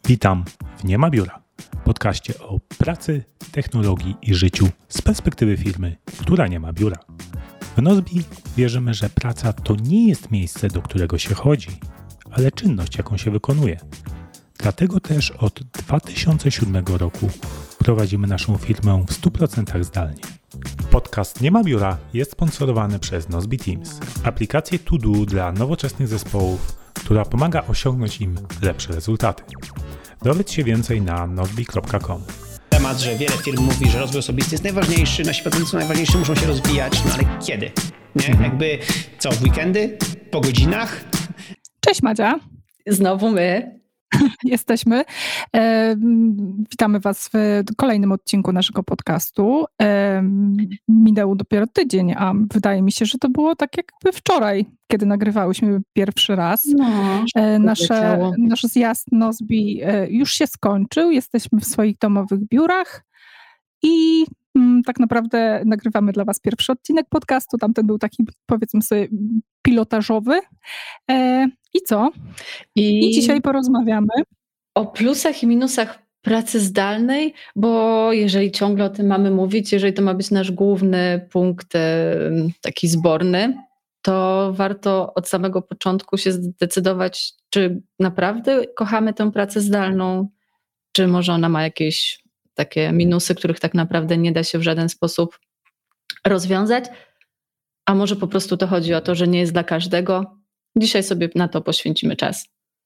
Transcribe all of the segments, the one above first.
Witam w Nie ma biura, podcaście o pracy, technologii i życiu z perspektywy firmy, która nie ma biura. W Nozbi wierzymy, że praca to nie jest miejsce, do którego się chodzi, ale czynność, jaką się wykonuje. Dlatego też od 2007 roku prowadzimy naszą firmę w 100% zdalnie. Podcast Nie ma biura jest sponsorowany przez Nozbi Teams, aplikację to do dla nowoczesnych zespołów, która pomaga osiągnąć im lepsze rezultaty. Dowiedz się więcej na nozbi.com. Temat, że wiele firm mówi, że rozwój osobisty jest najważniejszy, nasi pracownicy są najważniejsi, muszą się rozwijać, no ale kiedy? Nie? Jakby co, w weekendy? Po godzinach? Cześć Madzia. Znowu my. Jesteśmy. Witamy Was w kolejnym odcinku naszego podcastu. Minął dopiero tydzień, a wydaje mi się, że to było tak jakby wczoraj, kiedy nagrywałyśmy pierwszy raz. Nasz zjazd Nozbi już się skończył. Jesteśmy w swoich domowych biurach i tak naprawdę nagrywamy dla Was pierwszy odcinek podcastu. Tamten był taki, powiedzmy sobie, pilotażowy. I co? I dzisiaj porozmawiamy o plusach i minusach pracy zdalnej, bo jeżeli ciągle o tym mamy mówić, jeżeli to ma być nasz główny punkt taki zborny, to warto od samego początku się zdecydować, czy naprawdę kochamy tę pracę zdalną, czy może ona ma jakieś takie minusy, których tak naprawdę nie da się w żaden sposób rozwiązać, a może po prostu to chodzi o to, że nie jest dla każdego. Dzisiaj sobie na to poświęcimy czas.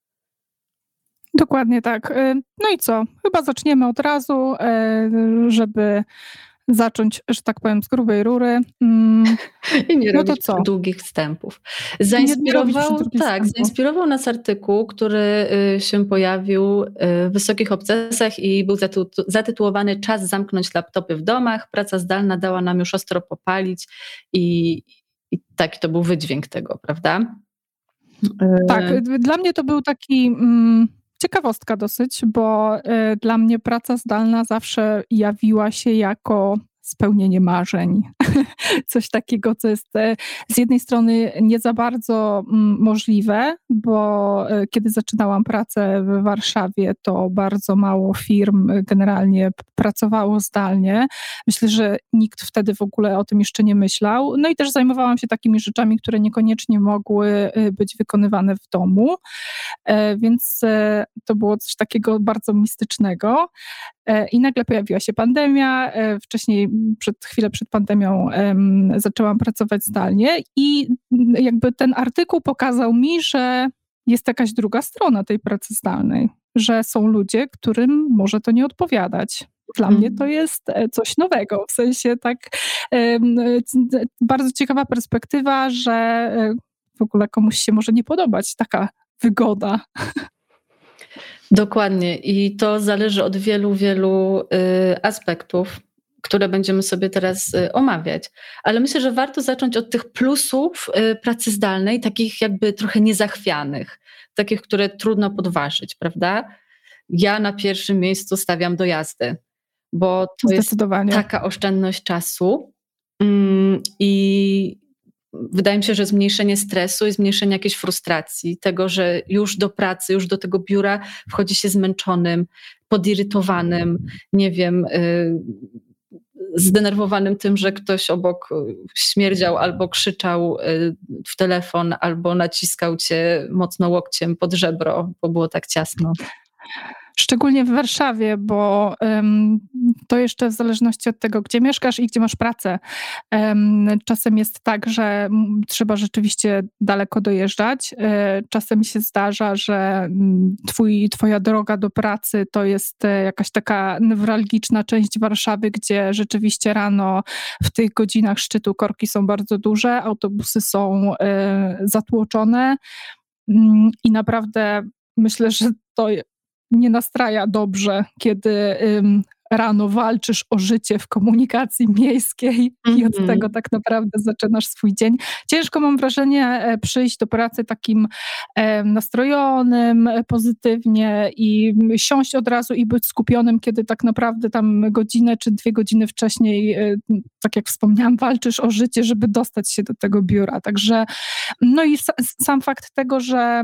Dokładnie tak. No i co? Chyba zaczniemy od razu, żeby zacząć, że tak powiem, z grubej rury. I nie robić długich wstępów. Zainspirował nas artykuł, który się pojawił w Wysokich Obcasach i był zatytułowany "Czas zamknąć laptopy w domach. Praca zdalna dała nam już ostro popalić" i taki to był wydźwięk tego, prawda? Tak, dla mnie to był taki ciekawostka dosyć, bo dla mnie praca zdalna zawsze jawiła się jako spełnienie marzeń. Coś takiego, co jest z jednej strony nie za bardzo możliwe, bo kiedy zaczynałam pracę w Warszawie, to bardzo mało firm generalnie pracowało zdalnie. Myślę, że nikt wtedy w ogóle o tym jeszcze nie myślał. No i też zajmowałam się takimi rzeczami, które niekoniecznie mogły być wykonywane w domu, więc to było coś takiego bardzo mistycznego. I nagle pojawiła się pandemia. Wcześniej, chwilę przed pandemią zaczęłam pracować zdalnie i jakby ten artykuł pokazał mi, że jest jakaś druga strona tej pracy zdalnej, że są ludzie, którym może to nie odpowiadać. Dla mnie to jest coś nowego, w sensie tak bardzo ciekawa perspektywa, że w ogóle komuś się może nie podobać taka wygoda. Dokładnie i to zależy od wielu aspektów, które będziemy sobie teraz omawiać. Ale myślę, że warto zacząć od tych plusów pracy zdalnej, takich jakby trochę niezachwianych, takich, które trudno podważyć, prawda? Ja na pierwszym miejscu stawiam dojazdy, bo to jest taka oszczędność czasu i wydaje mi się, że zmniejszenie stresu i zmniejszenie jakiejś frustracji, tego, że już do pracy, już do tego biura wchodzi się zmęczonym, podirytowanym, nie wiem, zdenerwowanym tym, że ktoś obok śmierdział albo krzyczał w telefon, albo naciskał cię mocno łokciem pod żebro, bo było tak ciasno. Szczególnie w Warszawie, bo to jeszcze w zależności od tego, gdzie mieszkasz i gdzie masz pracę. Czasem jest tak, że trzeba rzeczywiście daleko dojeżdżać. Czasem się zdarza, że twoja droga do pracy to jest jakaś taka newralgiczna część Warszawy, gdzie rzeczywiście rano w tych godzinach szczytu korki są bardzo duże, autobusy są zatłoczone i naprawdę myślę, że to nie nastraja dobrze, kiedy rano walczysz o życie w komunikacji miejskiej i od tego tak naprawdę zaczynasz swój dzień. Ciężko, mam wrażenie, przyjść do pracy takim nastrojonym, pozytywnie i siąść od razu i być skupionym, kiedy tak naprawdę tam godzinę czy 2 godziny wcześniej, tak jak wspomniałam, walczysz o życie, żeby dostać się do tego biura. Także no i sam fakt tego, że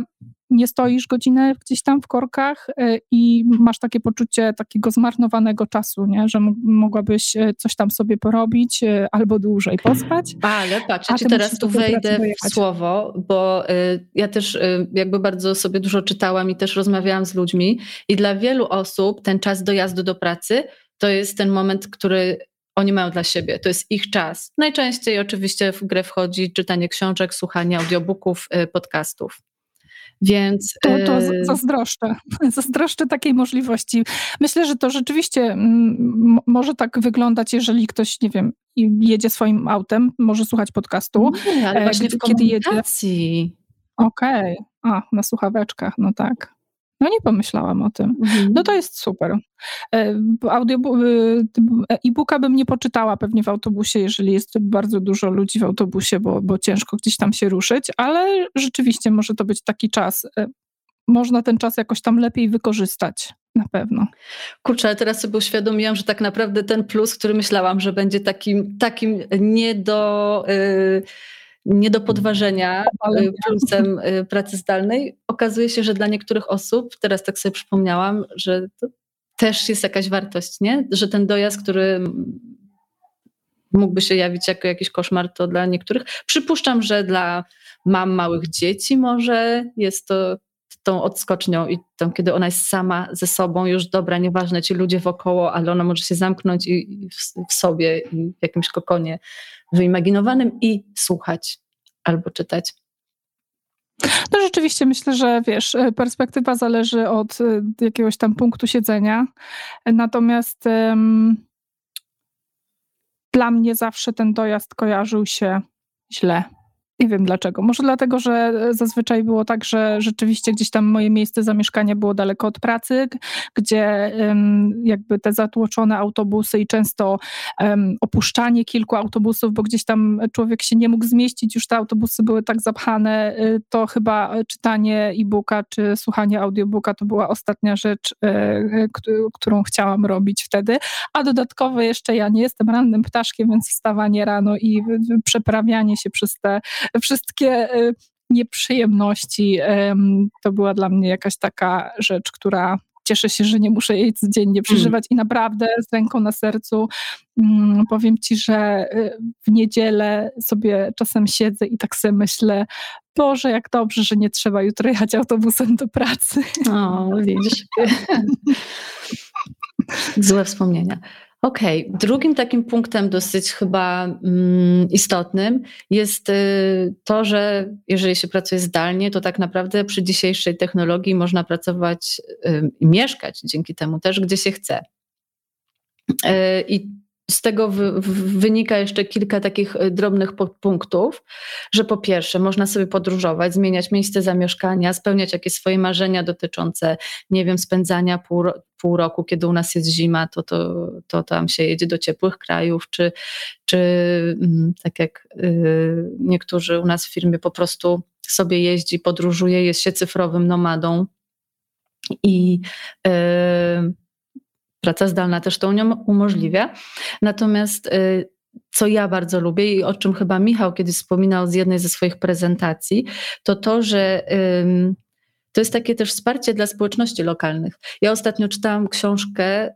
nie stoisz godzinę gdzieś tam w korkach i masz takie poczucie takiego zmarnowanego czasu, nie? Że mogłabyś coś tam sobie porobić albo dłużej pospać. Ale patrz, ja ci teraz tu wejdę w słowo, bo ja też jakby bardzo sobie dużo czytałam i też rozmawiałam z ludźmi i dla wielu osób ten czas dojazdu do pracy to jest ten moment, który oni mają dla siebie, to jest ich czas. Najczęściej oczywiście w grę wchodzi czytanie książek, słuchanie audiobooków, podcastów. Więc to zazdroszczę takiej możliwości. Myślę, że to rzeczywiście może tak wyglądać, jeżeli ktoś, nie wiem, jedzie swoim autem, może słuchać podcastu. Nie, ale właśnie w komunikacji. Okej. Na słuchaweczkach, no tak. No nie pomyślałam o tym. No to jest super. E-booka bym nie poczytała pewnie w autobusie, jeżeli jest bardzo dużo ludzi w autobusie, bo ciężko gdzieś tam się ruszyć, ale rzeczywiście może to być taki czas. Można ten czas jakoś tam lepiej wykorzystać. Na pewno. Kurczę, ale teraz sobie uświadomiłam, że tak naprawdę ten plus, który myślałam, że będzie takim nie do podważenia plusem pracy zdalnej, okazuje się, że dla niektórych osób, teraz tak sobie przypomniałam, że to też jest jakaś wartość, nie? Że ten dojazd, który mógłby się jawić jako jakiś koszmar, to dla niektórych. Przypuszczam, że dla mam małych dzieci może jest to tą odskocznią i tą, kiedy ona jest sama ze sobą, już dobra, nieważne ci ludzie wokoło, ale ona może się zamknąć i w sobie i w jakimś kokonie wyimaginowanym i słuchać albo czytać. No rzeczywiście myślę, że wiesz, perspektywa zależy od jakiegoś tam punktu siedzenia, natomiast dla mnie zawsze ten dojazd kojarzył się źle. Nie wiem dlaczego. Może dlatego, że zazwyczaj było tak, że rzeczywiście gdzieś tam moje miejsce zamieszkania było daleko od pracy, gdzie jakby te zatłoczone autobusy i często opuszczanie kilku autobusów, bo gdzieś tam człowiek się nie mógł zmieścić, już te autobusy były tak zapchane, to chyba czytanie e-booka czy słuchanie audiobooka to była ostatnia rzecz, którą chciałam robić wtedy. A dodatkowo jeszcze ja nie jestem rannym ptaszkiem, więc wstawanie rano i przeprawianie się przez te wszystkie nieprzyjemności to była dla mnie jakaś taka rzecz, która cieszę się, że nie muszę jej codziennie przeżywać i naprawdę z ręką na sercu powiem ci, że w niedzielę sobie czasem siedzę i tak sobie myślę, Boże, jak dobrze, że nie trzeba jutro jechać autobusem do pracy. O, widzisz. Złe wspomnienia. Okej. Drugim takim punktem dosyć chyba istotnym jest to, że jeżeli się pracuje zdalnie, to tak naprawdę przy dzisiejszej technologii można pracować i mieszkać dzięki temu też, gdzie się chce. I z tego wynika jeszcze kilka takich drobnych podpunktów, że po pierwsze można sobie podróżować, zmieniać miejsce zamieszkania, spełniać jakieś swoje marzenia dotyczące, nie wiem, spędzania pół roku, kiedy u nas jest zima, to tam się jedzie do ciepłych krajów, czy tak jak niektórzy u nas w firmie po prostu sobie jeździ, podróżuje, jest się cyfrowym nomadą i praca zdalna też to umożliwia. Natomiast co ja bardzo lubię i o czym chyba Michał kiedyś wspominał z jednej ze swoich prezentacji, to, że to jest takie też wsparcie dla społeczności lokalnych. Ja ostatnio czytałam książkę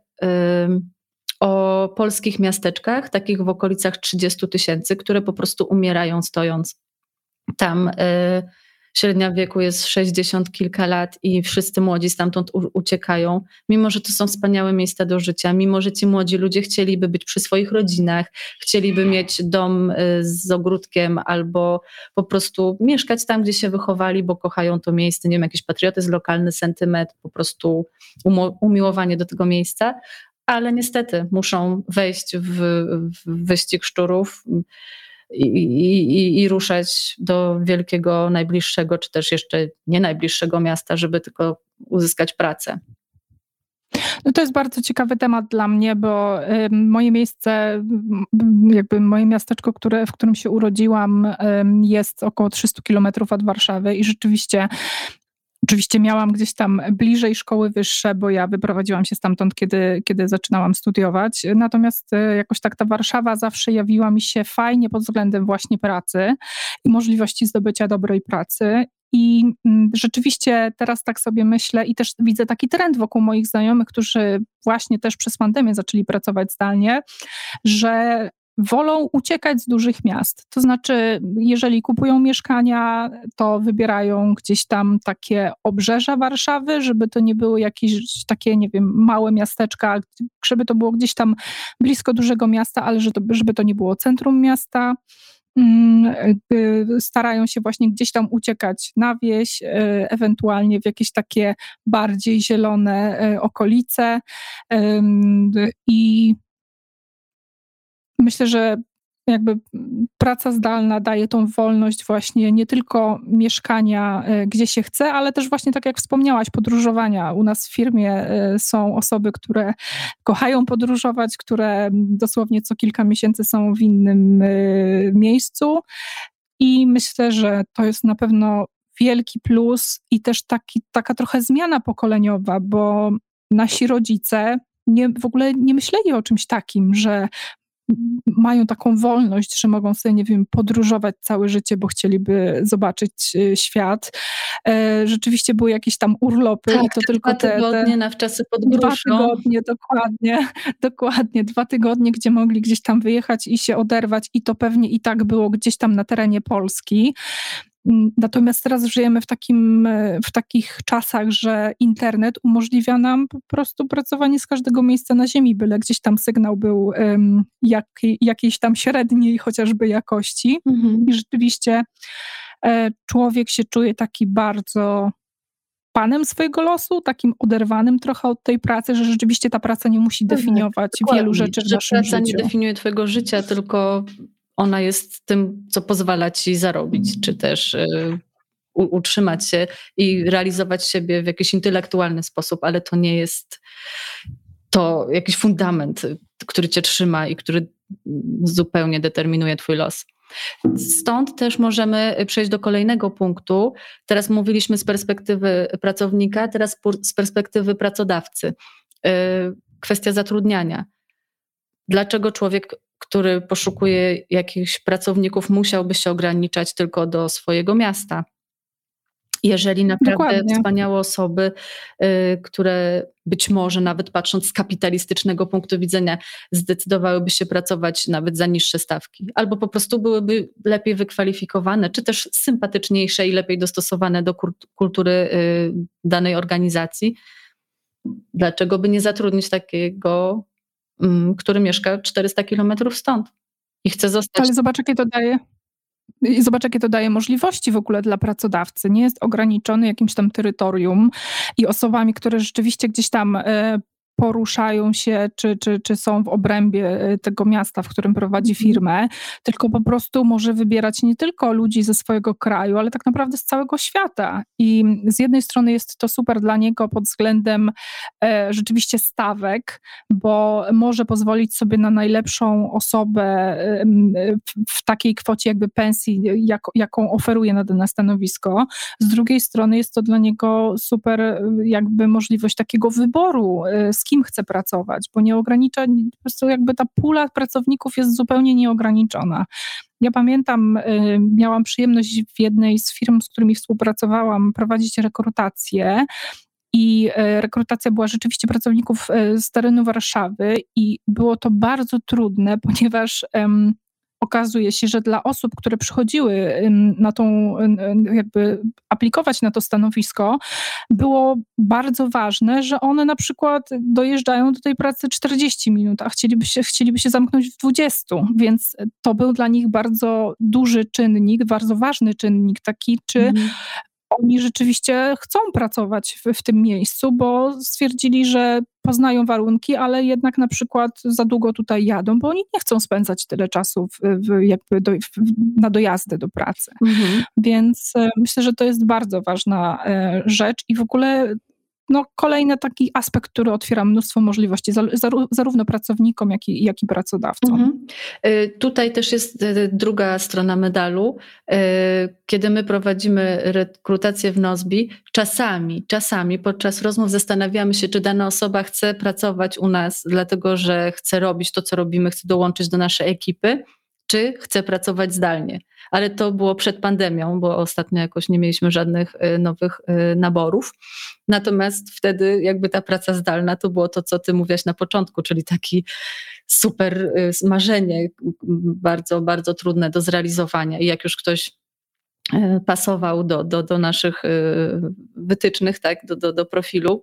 o polskich miasteczkach, takich w okolicach 30 000, które po prostu umierają stojąc. Tam średnia wieku jest 60 kilka lat i wszyscy młodzi stamtąd uciekają, mimo że to są wspaniałe miejsca do życia, mimo że ci młodzi ludzie chcieliby być przy swoich rodzinach, chcieliby mieć dom z ogródkiem albo po prostu mieszkać tam, gdzie się wychowali, bo kochają to miejsce, nie wiem, jakiś patriotyzm lokalny, sentyment, po prostu umiłowanie do tego miejsca, ale niestety muszą wejść w wyścig szczurów i ruszać do wielkiego, najbliższego, czy też jeszcze nie najbliższego miasta, żeby tylko uzyskać pracę. No to jest bardzo ciekawy temat dla mnie, bo moje miejsce, jakby moje miasteczko, w którym się urodziłam, jest około 300 kilometrów od Warszawy i rzeczywiście Oczywiście miałam gdzieś tam bliżej szkoły wyższe, bo ja wyprowadziłam się stamtąd, kiedy zaczynałam studiować. Natomiast jakoś tak ta Warszawa zawsze jawiła mi się fajnie pod względem właśnie pracy i możliwości zdobycia dobrej pracy. I rzeczywiście teraz tak sobie myślę i też widzę taki trend wokół moich znajomych, którzy właśnie też przez pandemię zaczęli pracować zdalnie, że wolą uciekać z dużych miast. To znaczy, jeżeli kupują mieszkania, to wybierają gdzieś tam takie obrzeża Warszawy, żeby to nie były jakieś takie, nie wiem, małe miasteczka, żeby to było gdzieś tam blisko dużego miasta, ale żeby to nie było centrum miasta. Starają się właśnie gdzieś tam uciekać na wieś, ewentualnie w jakieś takie bardziej zielone okolice i myślę, że jakby praca zdalna daje tą wolność właśnie nie tylko mieszkania, gdzie się chce, ale też właśnie tak jak wspomniałaś, podróżowania. U nas w firmie są osoby, które kochają podróżować, które dosłownie co kilka miesięcy są w innym miejscu i myślę, że to jest na pewno wielki plus i też taka trochę zmiana pokoleniowa, bo nasi rodzice w ogóle nie myśleli o czymś takim, że mają taką wolność, że mogą sobie, nie wiem, podróżować całe życie, bo chcieliby zobaczyć świat. Rzeczywiście były jakieś tam urlopy. Tak, i to tylko 2 tygodnie na wczasy pod gruszą. 2 tygodnie, dokładnie. 2 tygodnie, gdzie mogli gdzieś tam wyjechać i się oderwać i to pewnie i tak było gdzieś tam na terenie Polski. Natomiast teraz żyjemy w takich czasach, że internet umożliwia nam po prostu pracowanie z każdego miejsca na ziemi, byle gdzieś tam sygnał był jakiejś tam średniej chociażby jakości. I rzeczywiście człowiek się czuje taki bardzo panem swojego losu, takim oderwanym trochę od tej pracy, że rzeczywiście ta praca nie musi definiować wielu rzeczy w naszym życiu. Praca nie definiuje twojego życia, tylko ona jest tym, co pozwala ci zarobić, czy też utrzymać się i realizować siebie w jakiś intelektualny sposób, ale to nie jest to jakiś fundament, który cię trzyma i który zupełnie determinuje twój los. Stąd też możemy przejść do kolejnego punktu. Teraz mówiliśmy z perspektywy pracownika, teraz z perspektywy pracodawcy. Kwestia zatrudniania. Dlaczego człowiek, który poszukuje jakichś pracowników, musiałby się ograniczać tylko do swojego miasta? Jeżeli naprawdę wspaniałe osoby, które być może nawet patrząc z kapitalistycznego punktu widzenia zdecydowałyby się pracować nawet za niższe stawki, albo po prostu byłyby lepiej wykwalifikowane, czy też sympatyczniejsze i lepiej dostosowane do kultury danej organizacji, dlaczego by nie zatrudnić takiego, który mieszka 400 kilometrów stąd i chce zostać... Ale zobacz, jakie to daje możliwości w ogóle dla pracodawcy. Nie jest ograniczony jakimś tam terytorium i osobami, które rzeczywiście gdzieś tam poruszają się, czy są w obrębie tego miasta, w którym prowadzi firmę, tylko po prostu może wybierać nie tylko ludzi ze swojego kraju, ale tak naprawdę z całego świata. I z jednej strony jest to super dla niego pod względem rzeczywiście stawek, bo może pozwolić sobie na najlepszą osobę w takiej kwocie jakby pensji, jaką oferuje na dane stanowisko. Z drugiej strony jest to dla niego super jakby możliwość takiego wyboru, z kim chce pracować, bo nie ogranicza, po prostu jakby ta pula pracowników jest zupełnie nieograniczona. Ja pamiętam, miałam przyjemność w jednej z firm, z którymi współpracowałam, prowadzić rekrutację i rekrutacja była rzeczywiście pracowników z terenu Warszawy i było to bardzo trudne, ponieważ okazuje się, że dla osób, które przychodziły na tą, jakby aplikować na to stanowisko, było bardzo ważne, że one na przykład dojeżdżają do tej pracy 40 minut, a chcieliby się zamknąć w 20, więc to był dla nich bardzo duży czynnik, bardzo ważny czynnik taki, czy oni rzeczywiście chcą pracować w tym miejscu, bo stwierdzili, że poznają warunki, ale jednak na przykład za długo tutaj jadą, bo oni nie chcą spędzać tyle czasu na dojazdy do pracy. Więc myślę, że to jest bardzo ważna rzecz i w ogóle kolejny taki aspekt, który otwiera mnóstwo możliwości zarówno pracownikom, jak i pracodawcom. Tutaj też jest druga strona medalu. Kiedy my prowadzimy rekrutację w Nozbi, czasami podczas rozmów zastanawiamy się, czy dana osoba chce pracować u nas, dlatego że chce robić to, co robimy, chce dołączyć do naszej ekipy, czy chce pracować zdalnie. Ale to było przed pandemią, bo ostatnio jakoś nie mieliśmy żadnych nowych naborów. Natomiast wtedy jakby ta praca zdalna to było to, co ty mówiłaś na początku, czyli taki super marzenie, bardzo, bardzo trudne do zrealizowania. I jak już ktoś pasował do naszych wytycznych, tak, do profilu,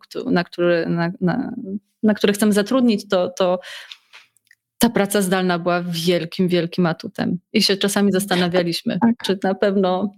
na który chcemy zatrudnić, to ta praca zdalna była wielkim, wielkim atutem. I się czasami zastanawialiśmy, czy na pewno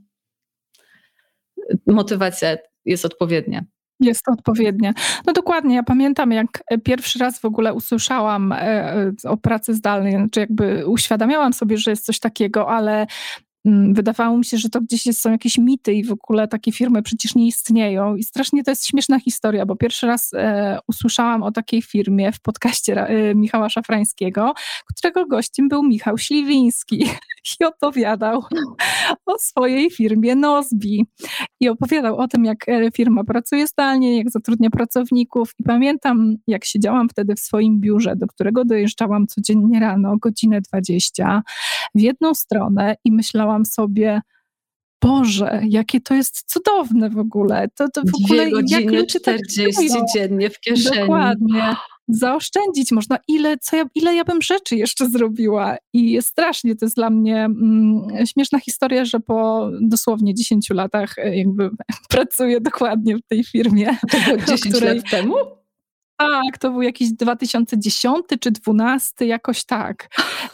motywacja jest odpowiednia. Jest odpowiednia. No dokładnie, ja pamiętam, jak pierwszy raz w ogóle usłyszałam o pracy zdalnej, znaczy jakby uświadamiałam sobie, że jest coś takiego, ale wydawało mi się, że to gdzieś są jakieś mity i w ogóle takie firmy przecież nie istnieją. I strasznie to jest śmieszna historia, bo pierwszy raz usłyszałam o takiej firmie w podcaście Michała Szafrańskiego, którego gościem był Michał Śliwiński i opowiadał o swojej firmie Nozbi. I opowiadał o tym, jak firma pracuje zdalnie, jak zatrudnia pracowników. I pamiętam, jak siedziałam wtedy w swoim biurze, do którego dojeżdżałam codziennie rano o godzinę 20 w jedną stronę i myślałam sobie, Boże, jakie to jest cudowne w ogóle. To w ogóle 2 godziny 40 dziennie w kieszeni. Dokładnie. Zaoszczędzić można. Ile ja bym rzeczy jeszcze zrobiła. I strasznie to jest dla mnie śmieszna historia, że po dosłownie 10 latach jakby pracuję dokładnie w tej firmie. To było 10 lat temu? Tak, to był jakiś 2010 czy 2012, jakoś tak.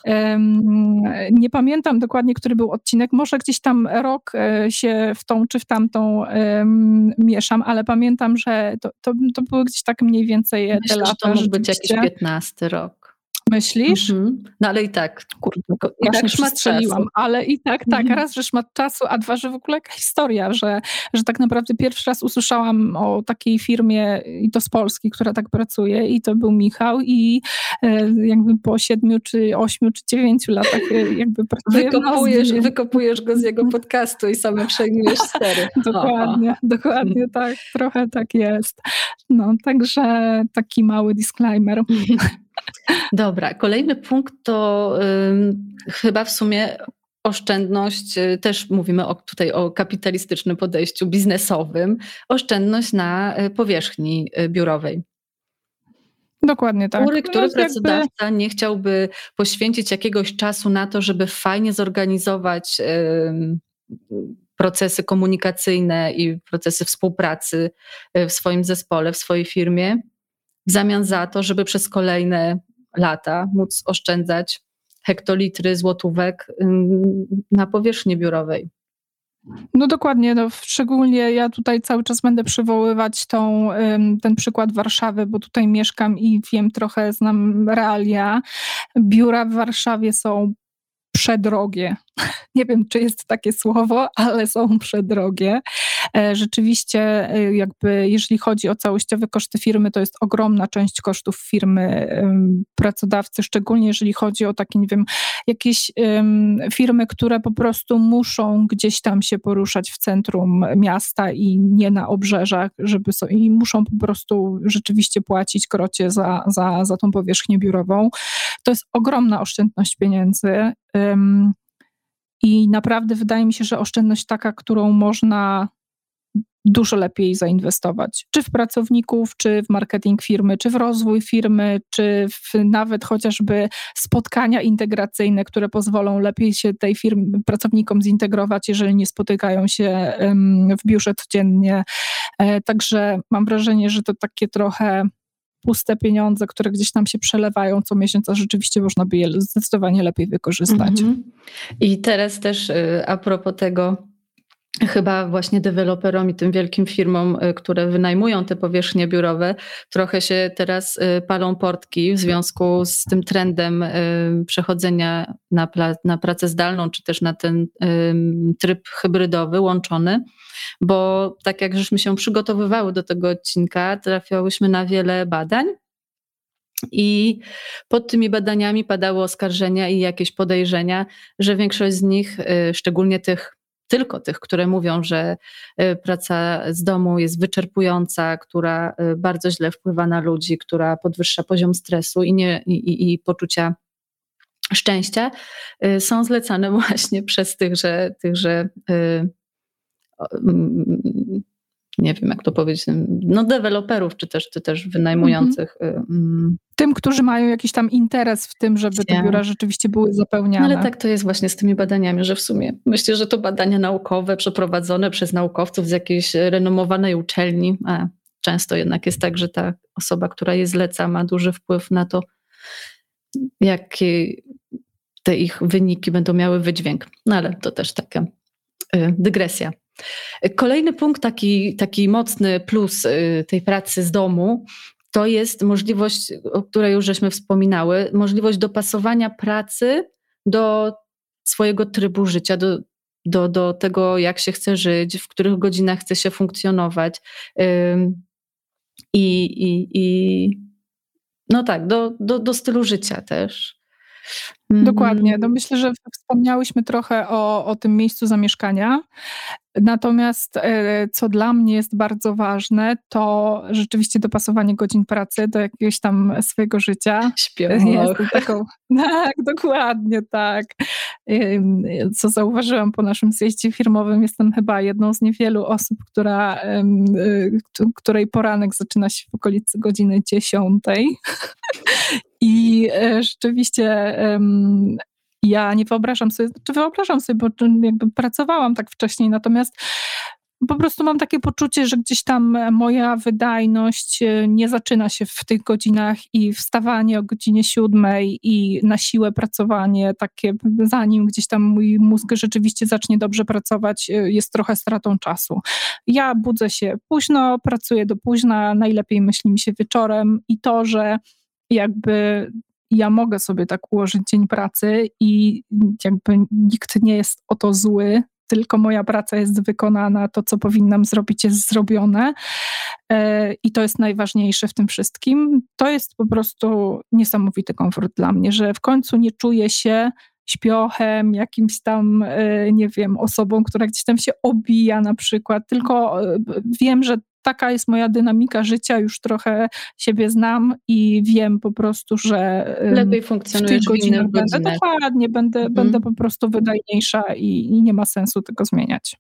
Nie pamiętam dokładnie, który był odcinek. Może gdzieś tam rok się w tą czy w tamtą mieszam, ale pamiętam, że to były gdzieś tak mniej więcej te lata. Myślę, że to mógł być jakiś 15 rok. Myślisz? No ale i tak. Kurde, i tak szmat strzeliłam, ale i tak, raz, że szmat czasu, a dwa, że w ogóle jaka historia, że tak naprawdę pierwszy raz usłyszałam o takiej firmie, i to z Polski, która tak pracuje, i to był Michał, i jakby po 7 czy 8 czy 9 latach jakby pracuje wykopujesz go z jego podcastu i sama przejmujesz stery. Dokładnie tak, trochę tak jest. No, także taki mały disclaimer. Dobra, kolejny punkt to chyba w sumie oszczędność, też mówimy tutaj o kapitalistycznym podejściu biznesowym, oszczędność na powierzchni biurowej. Dokładnie tak. Który pracodawca nie chciałby poświęcić jakiegoś czasu na to, żeby fajnie zorganizować procesy komunikacyjne i procesy współpracy w swoim zespole, w swojej firmie, w zamian za to, żeby przez kolejne lata móc oszczędzać hektolitry złotówek na powierzchni biurowej. No dokładnie, szczególnie ja tutaj cały czas będę przywoływać ten przykład Warszawy, bo tutaj mieszkam i wiem, trochę znam realia. Biura w Warszawie są przedrogie. Nie wiem, czy jest takie słowo, ale są przedrogie. Rzeczywiście jakby jeżeli chodzi o całościowe koszty firmy, to jest ogromna część kosztów firmy pracodawcy, szczególnie jeżeli chodzi o takie, nie wiem, jakieś firmy, które po prostu muszą gdzieś tam się poruszać w centrum miasta i nie na obrzeżach, i muszą po prostu rzeczywiście płacić krocie za tą powierzchnię biurową. To jest ogromna oszczędność pieniędzy. I naprawdę wydaje mi się, że oszczędność taka, którą można dużo lepiej zainwestować. Czy w pracowników, czy w marketing firmy, czy w rozwój firmy, czy nawet chociażby spotkania integracyjne, które pozwolą lepiej się tej firmy, pracownikom zintegrować, jeżeli nie spotykają się w biurze codziennie. Także mam wrażenie, że to takie trochę puste pieniądze, które gdzieś tam się przelewają co miesiąc, a rzeczywiście można by je zdecydowanie lepiej wykorzystać. I teraz też a propos tego, chyba właśnie deweloperom i tym wielkim firmom, które wynajmują te powierzchnie biurowe, trochę się teraz palą portki w związku z tym trendem przechodzenia na pracę zdalną, czy też na ten tryb hybrydowy, łączony, bo tak jak żeśmy się przygotowywały do tego odcinka, trafiałyśmy na wiele badań i pod tymi badaniami padały oskarżenia i jakieś podejrzenia, że większość z nich, szczególnie tylko tych, które mówią, że praca z domu jest wyczerpująca, która bardzo źle wpływa na ludzi, która podwyższa poziom stresu i poczucia szczęścia, są zlecane właśnie przez tychże nie wiem jak to powiedzieć, deweloperów, czy też wynajmujących. Tym, którzy mają jakiś tam interes w tym, żeby te biura rzeczywiście były zapełniane. Ale tak to jest właśnie z tymi badaniami, że w sumie myślę, że to badania naukowe przeprowadzone przez naukowców z jakiejś renomowanej uczelni, a często jednak jest tak, że ta osoba, która je zleca, ma duży wpływ na to, jakie te ich wyniki będą miały wydźwięk. No ale to też taka dygresja. Kolejny punkt, taki mocny plus tej pracy z domu, to jest możliwość, o której już żeśmy wspominały, możliwość dopasowania pracy do swojego trybu życia, do tego, jak się chce żyć, w których godzinach chce się funkcjonować. No tak, do stylu życia też. Dokładnie. No myślę, że wspomniałyśmy trochę o tym miejscu zamieszkania. Natomiast co dla mnie jest bardzo ważne, to rzeczywiście dopasowanie godzin pracy do jakiegoś tam swojego życia. Tak, dokładnie tak. Co zauważyłam po naszym zjeździe firmowym, jestem chyba jedną z niewielu osób, której poranek zaczyna się w okolicy godziny 10. I rzeczywiście ja nie wyobrażam sobie, bo jakby pracowałam tak wcześniej, natomiast po prostu mam takie poczucie, że gdzieś tam moja wydajność nie zaczyna się w tych godzinach i wstawanie o godzinie 7 i na siłę pracowanie takie, zanim gdzieś tam mój mózg rzeczywiście zacznie dobrze pracować, jest trochę stratą czasu. Ja budzę się późno, pracuję do późna, najlepiej myśli mi się wieczorem i to, że jakby ja mogę sobie tak ułożyć dzień pracy i jakby nikt nie jest o to zły, tylko moja praca jest wykonana, to co powinnam zrobić jest zrobione i to jest najważniejsze w tym wszystkim. To jest po prostu niesamowity komfort dla mnie, że w końcu nie czuję się śpiochem, jakimś tam, nie wiem, osobą, która gdzieś tam się obija na przykład, tylko wiem, że taka jest moja dynamika życia, już trochę siebie znam i wiem po prostu, że lepiej funkcjonujesz w innych godzinach. Dokładnie, będę po prostu wydajniejsza i nie ma sensu tego zmieniać.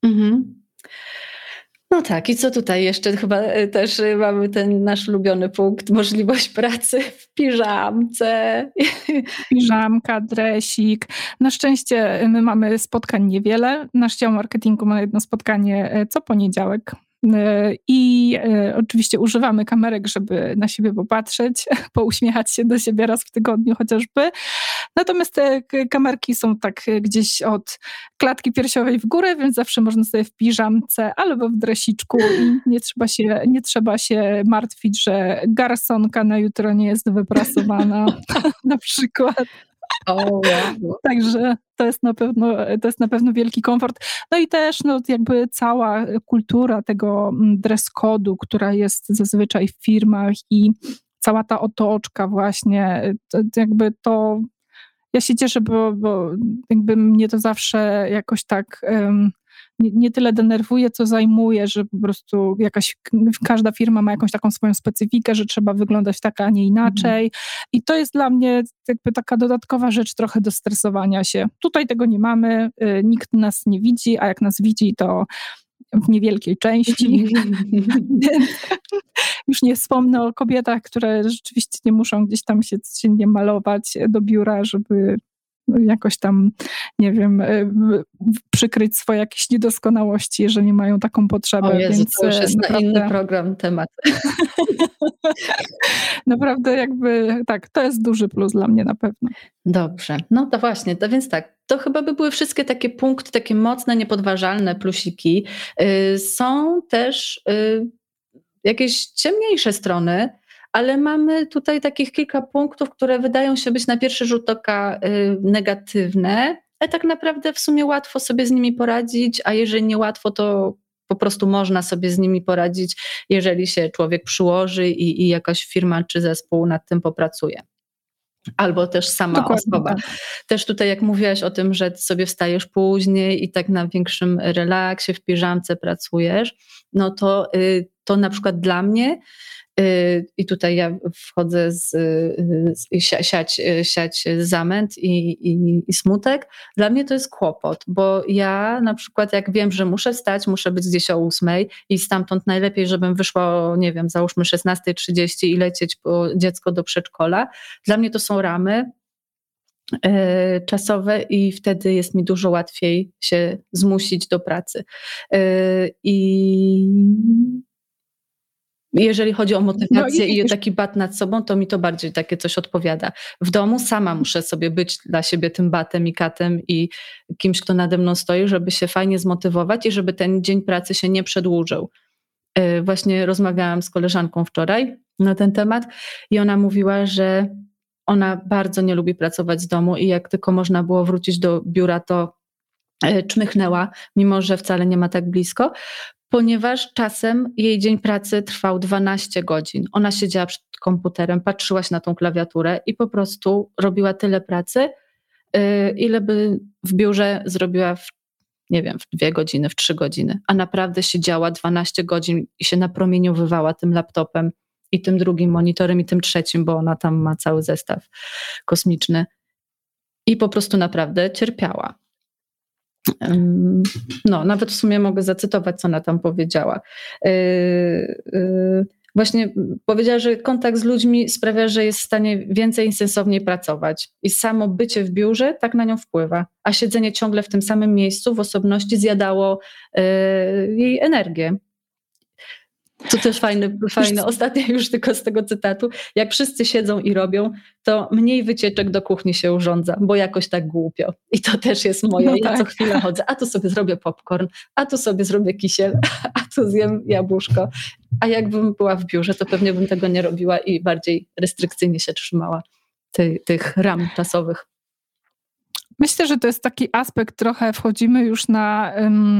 No tak, i co tutaj jeszcze? Chyba też mamy ten nasz ulubiony punkt, możliwość pracy w piżamce. Piżamka, dresik. Na szczęście my mamy spotkań niewiele. Nasz dział marketingu ma jedno spotkanie co poniedziałek. I oczywiście używamy kamerek, żeby na siebie popatrzeć, pouśmiechać się do siebie raz w tygodniu chociażby. Natomiast te kamerki są tak gdzieś od klatki piersiowej w górę, więc zawsze można sobie w piżamce albo w dresiczku i nie trzeba się martwić, że garsonka na jutro nie jest wyprasowana na przykład. Także to jest na pewno wielki komfort. No i też jakby cała kultura tego dress code'u, która jest zazwyczaj w firmach i cała ta otoczka właśnie, jakby to ja się cieszę, bo jakby mnie to zawsze jakoś tak nie tyle denerwuje, co zajmuje, że po prostu każda firma ma jakąś taką swoją specyfikę, że trzeba wyglądać tak, a nie inaczej. I to jest dla mnie jakby taka dodatkowa rzecz trochę do stresowania się. Tutaj tego nie mamy, nikt nas nie widzi, a jak nas widzi, to w niewielkiej części. Już nie wspomnę o kobietach, które rzeczywiście nie muszą gdzieś tam się nie malować do biura, żeby jakoś tam, nie wiem, przykryć swoje jakieś niedoskonałości, jeżeli mają taką potrzebę. O Jezu, więc to już jest naprawdę, na inny program temat. naprawdę jakby tak, to jest duży plus dla mnie na pewno. Dobrze, no to właśnie, to więc tak, to chyba by były wszystkie takie punkty, takie mocne, niepodważalne plusiki. Są też jakieś ciemniejsze strony, ale mamy tutaj takich kilka punktów, które wydają się być na pierwszy rzut oka negatywne, ale tak naprawdę w sumie łatwo sobie z nimi poradzić, a jeżeli nie łatwo, to po prostu można sobie z nimi poradzić, jeżeli się człowiek przyłoży i jakaś firma czy zespół nad tym popracuje. Albo też sama osoba. Tak. Też tutaj jak mówiłaś o tym, że sobie wstajesz później i tak na większym relaksie, w piżamce pracujesz, no to na przykład dla mnie, i tutaj ja wchodzę siać zamęt i smutek, dla mnie to jest kłopot, bo ja na przykład jak wiem, że muszę wstać, muszę być gdzieś o 8:00 i stamtąd najlepiej, żebym wyszła, nie wiem, załóżmy 16:30 i lecieć po dziecko do przedszkola. Dla mnie to są ramy czasowe i wtedy jest mi dużo łatwiej się zmusić do pracy. Jeżeli chodzi o motywację i taki bat nad sobą, to mi to bardziej takie coś odpowiada. W domu sama muszę sobie być dla siebie tym batem i katem i kimś, kto nade mną stoi, żeby się fajnie zmotywować i żeby ten dzień pracy się nie przedłużył. Właśnie rozmawiałam z koleżanką wczoraj na ten temat i ona mówiła, że ona bardzo nie lubi pracować z domu i jak tylko można było wrócić do biura, to czmychnęła, mimo że wcale nie ma tak blisko, ponieważ czasem jej dzień pracy trwał 12 godzin. Ona siedziała przed komputerem, patrzyła się na tą klawiaturę i po prostu robiła tyle pracy, ile by w biurze zrobiła w 2 godziny, w 3 godziny. A naprawdę siedziała 12 godzin i się napromieniowywała tym laptopem i tym drugim monitorem i tym trzecim, bo ona tam ma cały zestaw kosmiczny. I po prostu naprawdę cierpiała. No, nawet w sumie mogę zacytować, co ona tam powiedziała. Właśnie powiedziała, że kontakt z ludźmi sprawia, że jest w stanie więcej i sensowniej pracować. I samo bycie w biurze tak na nią wpływa. A siedzenie ciągle w tym samym miejscu, w osobności zjadało jej energię. To też fajne. Ostatnio już tylko z tego cytatu. Jak wszyscy siedzą i robią, to mniej wycieczek do kuchni się urządza, bo jakoś tak głupio. I to też jest moje. No tak. Ja co chwilę chodzę, a tu sobie zrobię popcorn, a tu sobie zrobię kisiel, a tu zjem jabłuszko. A jakbym była w biurze, to pewnie bym tego nie robiła i bardziej restrykcyjnie się trzymała tych ram czasowych. Myślę, że to jest taki aspekt, trochę wchodzimy już na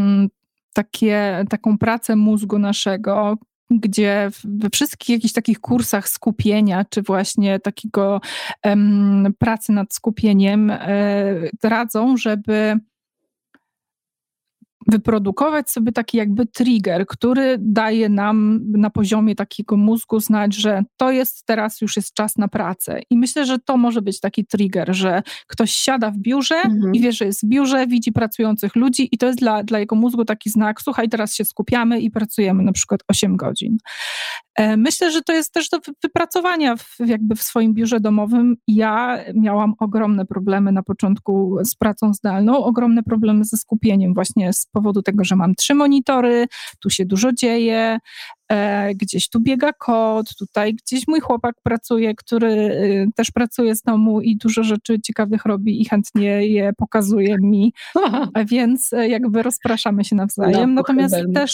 taką pracę mózgu naszego, gdzie we wszystkich jakichś takich kursach skupienia, czy właśnie takiego pracy nad skupieniem radzą, żeby wyprodukować sobie taki jakby trigger, który daje nam na poziomie takiego mózgu znać, że teraz już jest czas na pracę. I myślę, że to może być taki trigger, że ktoś siada w biurze i wie, że jest w biurze, widzi pracujących ludzi i to jest dla jego mózgu taki znak, słuchaj, teraz się skupiamy i pracujemy na przykład 8 godzin. Myślę, że to jest też do wypracowania w swoim biurze domowym. Ja miałam ogromne problemy na początku z pracą zdalną, ogromne problemy ze skupieniem właśnie z powodu tego, że mam 3 monitory, tu się dużo dzieje, gdzieś tu biega kot, tutaj gdzieś mój chłopak pracuje, który też pracuje z domu i dużo rzeczy ciekawych robi i chętnie je pokazuje mi, więc jakby rozpraszamy się nawzajem. Natomiast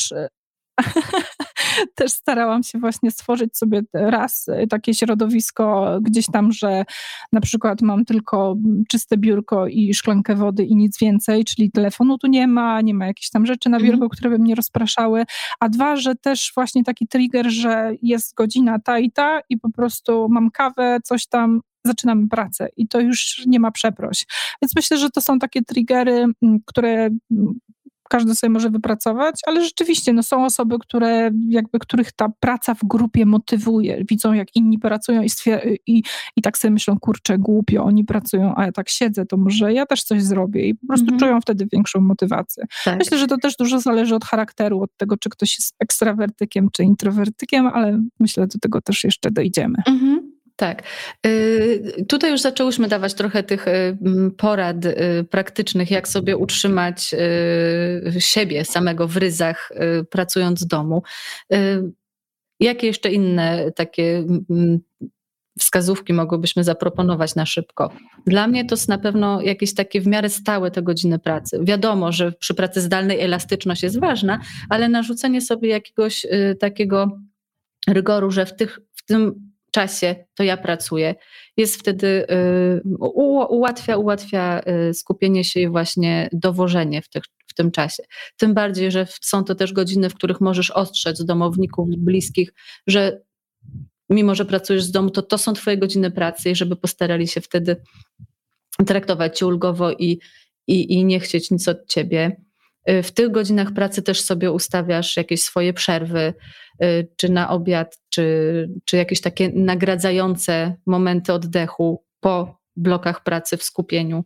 też starałam się właśnie stworzyć sobie raz takie środowisko gdzieś tam, że na przykład mam tylko czyste biurko i szklankę wody i nic więcej, czyli telefonu tu nie ma jakichś tam rzeczy na biurku, które by mnie rozpraszały, a 2, że też właśnie taki trigger, że jest godzina ta i ta i po prostu mam kawę, coś tam, zaczynamy pracę i to już nie ma przeproś. Więc myślę, że to są takie triggery, które każdy sobie może wypracować, ale rzeczywiście są osoby, których ta praca w grupie motywuje, widzą jak inni pracują i tak sobie myślą, kurczę, głupio, oni pracują, a ja tak siedzę, to może ja też coś zrobię i po prostu czują wtedy większą motywację. Tak. Myślę, że to też dużo zależy od charakteru, od tego, czy ktoś jest ekstrawertykiem, czy introwertykiem, ale myślę, że do tego też jeszcze dojdziemy. Tak. Tutaj już zaczęłyśmy dawać trochę tych porad praktycznych, jak sobie utrzymać siebie samego w ryzach, pracując z domu. Jakie jeszcze inne takie wskazówki mogłybyśmy zaproponować na szybko? Dla mnie to jest na pewno jakieś takie w miarę stałe te godziny pracy. Wiadomo, że przy pracy zdalnej elastyczność jest ważna, ale narzucenie sobie jakiegoś takiego rygoru, że w tym czasie to ja pracuję, jest wtedy ułatwia skupienie się i właśnie dowożenie w tym czasie. Tym bardziej, że są to też godziny, w których możesz ostrzec domowników, bliskich, że mimo, że pracujesz z domu, to są twoje godziny pracy i żeby postarali się wtedy traktować cię ulgowo i nie chcieć nic od ciebie. W tych godzinach pracy też sobie ustawiasz jakieś swoje przerwy, czy na obiad, czy jakieś takie nagradzające momenty oddechu po blokach pracy w skupieniu.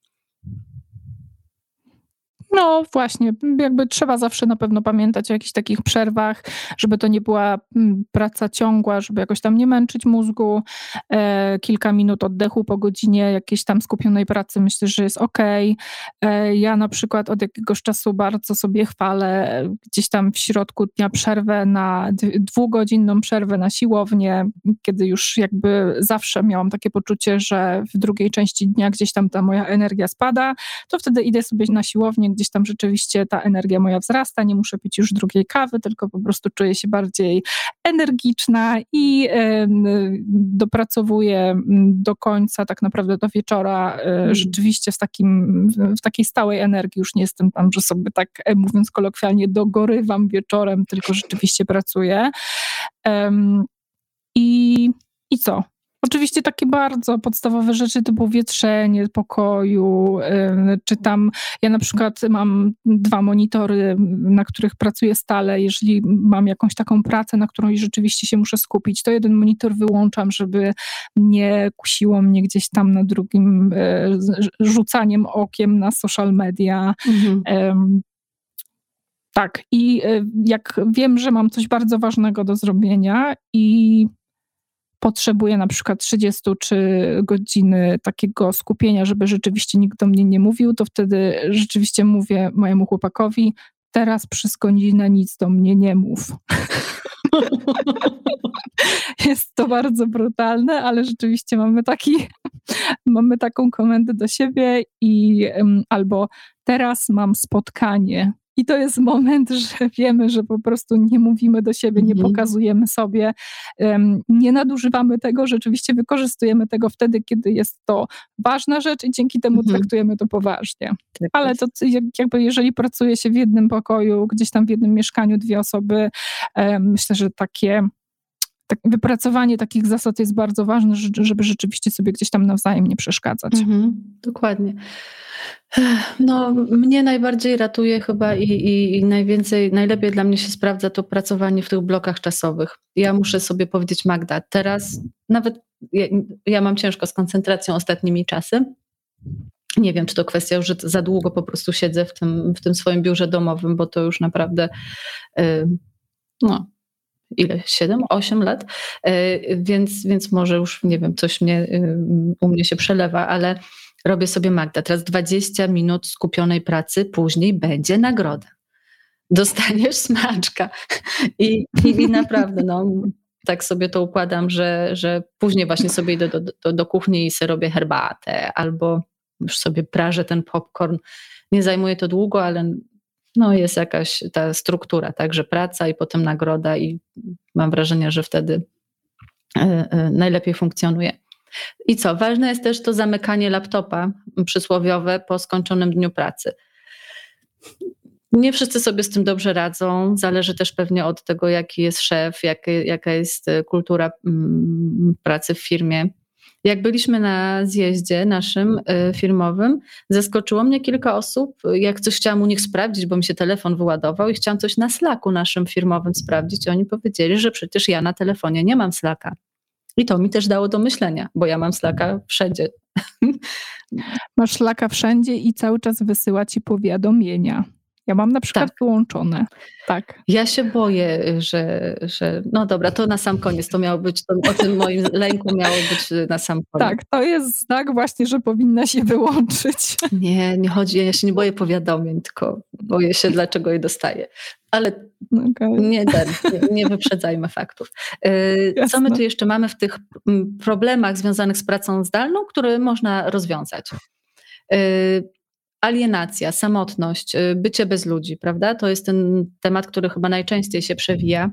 No właśnie, jakby trzeba zawsze na pewno pamiętać o jakichś takich przerwach, żeby to nie była praca ciągła, żeby jakoś tam nie męczyć mózgu. Kilka minut oddechu po godzinie jakiejś tam skupionej pracy myślę, że jest okej. Ja na przykład od jakiegoś czasu bardzo sobie chwalę gdzieś tam w środku dnia przerwę na 2-godzinną przerwę na siłownię, kiedy już jakby zawsze miałam takie poczucie, że w drugiej części dnia gdzieś tam ta moja energia spada, to wtedy idę sobie na siłownię, gdzieś tam rzeczywiście ta energia moja wzrasta, nie muszę pić już drugiej kawy, tylko po prostu czuję się bardziej energiczna i dopracowuję do końca, tak naprawdę do wieczora, rzeczywiście w takiej stałej energii. Już nie jestem tam, że sobie tak, mówiąc kolokwialnie, dogorywam wieczorem, tylko rzeczywiście pracuję. I co? Oczywiście takie bardzo podstawowe rzeczy typu wietrzenie pokoju, czy tam ja na przykład mam 2 monitory, na których pracuję stale. Jeżeli mam jakąś taką pracę, na którą rzeczywiście się muszę skupić, to jeden monitor wyłączam, żeby nie kusiło mnie gdzieś tam na drugim rzucaniem okiem na social media. Tak, i jak wiem, że mam coś bardzo ważnego do zrobienia i potrzebuję na przykład 33 godziny takiego skupienia, żeby rzeczywiście nikt do mnie nie mówił, to wtedy rzeczywiście mówię mojemu chłopakowi, teraz przez godzinę nic do mnie nie mów. Jest to bardzo brutalne, ale rzeczywiście mamy taką komendę do siebie i albo teraz mam spotkanie. I to jest moment, że wiemy, że po prostu nie mówimy do siebie, nie pokazujemy sobie, nie nadużywamy tego, rzeczywiście wykorzystujemy tego wtedy, kiedy jest to ważna rzecz i dzięki temu traktujemy to poważnie. Tak. Ale to jakby jeżeli pracuje się w jednym pokoju, gdzieś tam w jednym mieszkaniu 2 osoby, myślę, że wypracowanie takich zasad jest bardzo ważne, żeby rzeczywiście sobie gdzieś tam nawzajem nie przeszkadzać. Dokładnie. No, mnie najbardziej ratuje chyba i najlepiej dla mnie się sprawdza to pracowanie w tych blokach czasowych. Ja muszę sobie powiedzieć, Magda, teraz nawet ja mam ciężko z koncentracją ostatnimi czasy. Nie wiem, czy to kwestia, że za długo po prostu siedzę w tym swoim biurze domowym, bo to już naprawdę 7-8 lat, więc może już, nie wiem, coś u mnie się przelewa, ale robię sobie, Magda, teraz 20 minut skupionej pracy, później będzie nagroda. Dostaniesz smaczka. I naprawdę, tak sobie to układam, że później właśnie sobie idę do kuchni i sobie robię herbatę, albo już sobie prażę ten popcorn. Nie zajmuje to długo, ale jest jakaś ta struktura, tak, że praca i potem nagroda i mam wrażenie, że wtedy najlepiej funkcjonuje. I co? Ważne jest też to zamykanie laptopa przysłowiowe po skończonym dniu pracy. Nie wszyscy sobie z tym dobrze radzą. Zależy też pewnie od tego, jaki jest szef, jaka jest kultura pracy w firmie. Jak byliśmy na zjeździe naszym firmowym, zaskoczyło mnie kilka osób, jak coś chciałam u nich sprawdzić, bo mi się telefon wyładował i chciałam coś na Slacku naszym firmowym sprawdzić i oni powiedzieli, że przecież ja na telefonie nie mam Slacka. I to mi też dało do myślenia, bo ja mam Slacka wszędzie. Masz Slacka wszędzie i cały czas wysyła ci powiadomienia. Ja mam na przykład wyłączone. Tak. Ja się boję, że... No dobra, to na sam koniec to miało być, o tym moim lęku miało być na sam koniec. Tak, to jest znak właśnie, że powinna się wyłączyć. Nie chodzi, ja się nie boję powiadomień, tylko boję się, dlaczego je dostaję. Ale nie wyprzedzajmy faktów. Co my tu jeszcze mamy w tych problemach związanych z pracą zdalną, które można rozwiązać? Alienacja, samotność, bycie bez ludzi, prawda? To jest ten temat, który chyba najczęściej się przewija.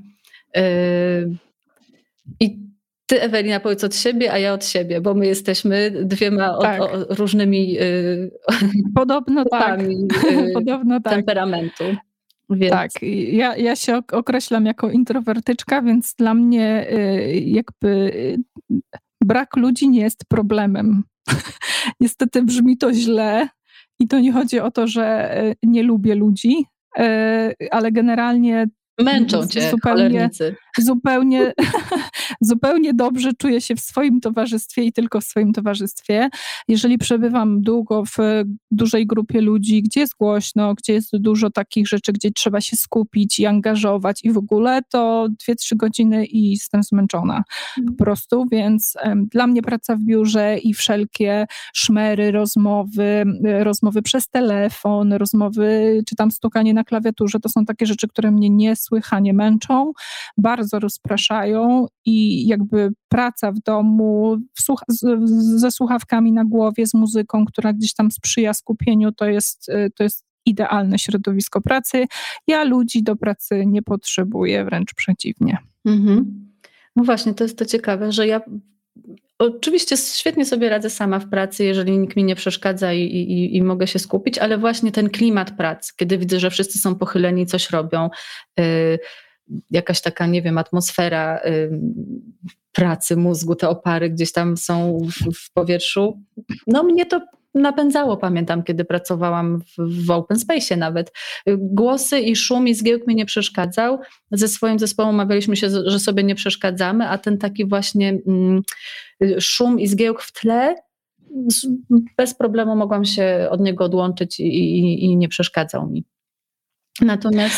I ty, Ewelina, powiedz od siebie, a ja od siebie, bo my jesteśmy dwiema różnymi Podobno tak. Podobno tak. Temperamentu. Więc... Tak, ja się określam jako introwertyczka, więc dla mnie jakby brak ludzi nie jest problemem. Niestety brzmi to źle i to nie chodzi o to, że nie lubię ludzi, ale generalnie męczą cię cholernicy. Zupełnie dobrze czuję się w swoim towarzystwie i tylko w swoim towarzystwie. Jeżeli przebywam długo w dużej grupie ludzi, gdzie jest głośno, gdzie jest dużo takich rzeczy, gdzie trzeba się skupić i angażować i w ogóle, to 2-3 godziny i jestem zmęczona po prostu, więc dla mnie praca w biurze i wszelkie szmery, rozmowy przez telefon, rozmowy czy tam stukanie na klawiaturze, to są takie rzeczy, które mnie niesłychanie męczą, bardzo rozpraszają i jakby praca w domu ze słuchawkami na głowie, z muzyką, która gdzieś tam sprzyja skupieniu, to jest idealne środowisko pracy. Ja ludzi do pracy nie potrzebuję, wręcz przeciwnie. No właśnie, to jest to ciekawe, że ja oczywiście świetnie sobie radzę sama w pracy, jeżeli nikt mi nie przeszkadza i mogę się skupić, ale właśnie ten klimat pracy, kiedy widzę, że wszyscy są pochyleni, coś robią, jakaś taka, nie wiem, atmosfera pracy mózgu, te opary gdzieś tam są w powietrzu. No mnie to napędzało, pamiętam, kiedy pracowałam w open space'ie nawet. Głosy i szum i zgiełk mi nie przeszkadzał. Ze swoim zespołem umawialiśmy się, że sobie nie przeszkadzamy, a ten taki właśnie szum i zgiełk w tle, bez problemu mogłam się od niego odłączyć i nie przeszkadzał mi. Natomiast...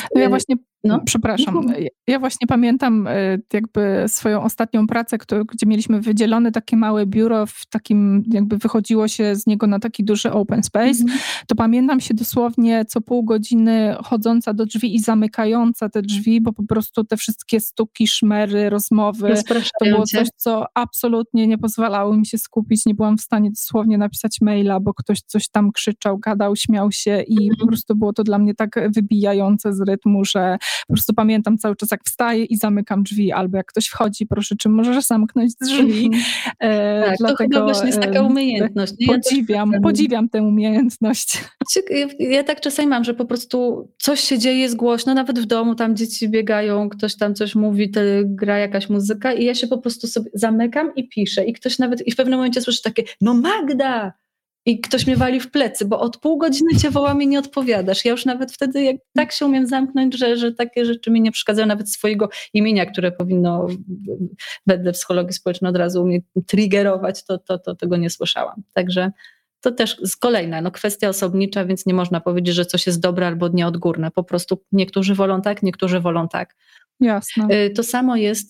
Ja właśnie pamiętam jakby swoją ostatnią pracę, gdzie mieliśmy wydzielone takie małe biuro, w takim jakby wychodziło się z niego na taki duży open space, to pamiętam się dosłownie co pół godziny chodząca do drzwi i zamykająca te drzwi, bo po prostu te wszystkie stuki, szmery, rozmowy, to było coś, co absolutnie nie pozwalało mi się skupić, nie byłam w stanie dosłownie napisać maila, bo ktoś coś tam krzyczał, gadał, śmiał się i po prostu było to dla mnie tak wybijające z rytmu, że po prostu pamiętam cały czas, jak wstaję i zamykam drzwi, albo jak ktoś wchodzi, proszę, czy możesz zamknąć drzwi? Tak, dlatego, to chyba właśnie jest taka umiejętność. Podziwiam tę umiejętność. Ja tak czasami mam, że po prostu coś się dzieje, jest głośno, nawet w domu, tam dzieci biegają, ktoś tam coś mówi, gra jakaś muzyka i ja się po prostu sobie zamykam i piszę i ktoś nawet, i w pewnym momencie słyszę takie, no Magda! I ktoś mnie wali w plecy, bo od pół godziny cię wołam i nie odpowiadasz. Ja już nawet wtedy tak się umiem zamknąć, że takie rzeczy mi nie przeszkadzają, nawet swojego imienia, które powinno wedle psychologii społecznej od razu mnie triggerować, to tego nie słyszałam. Także to też kolejna kwestia osobnicza, więc nie można powiedzieć, że coś jest dobre albo nieodgórne. Po prostu niektórzy wolą tak, niektórzy wolą tak. Jasne. To samo jest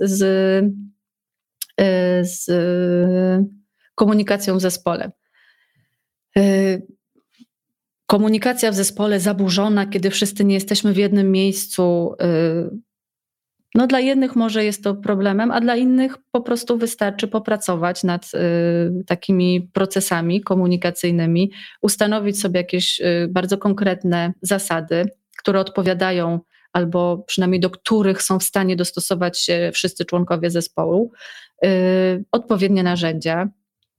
z komunikacją w zespole. Komunikacja w zespole zaburzona, kiedy wszyscy nie jesteśmy w jednym miejscu. No dla jednych może jest to problemem, a dla innych po prostu wystarczy popracować nad takimi procesami komunikacyjnymi, ustanowić sobie jakieś bardzo konkretne zasady, które odpowiadają albo przynajmniej do których są w stanie dostosować się wszyscy członkowie zespołu, odpowiednie narzędzia.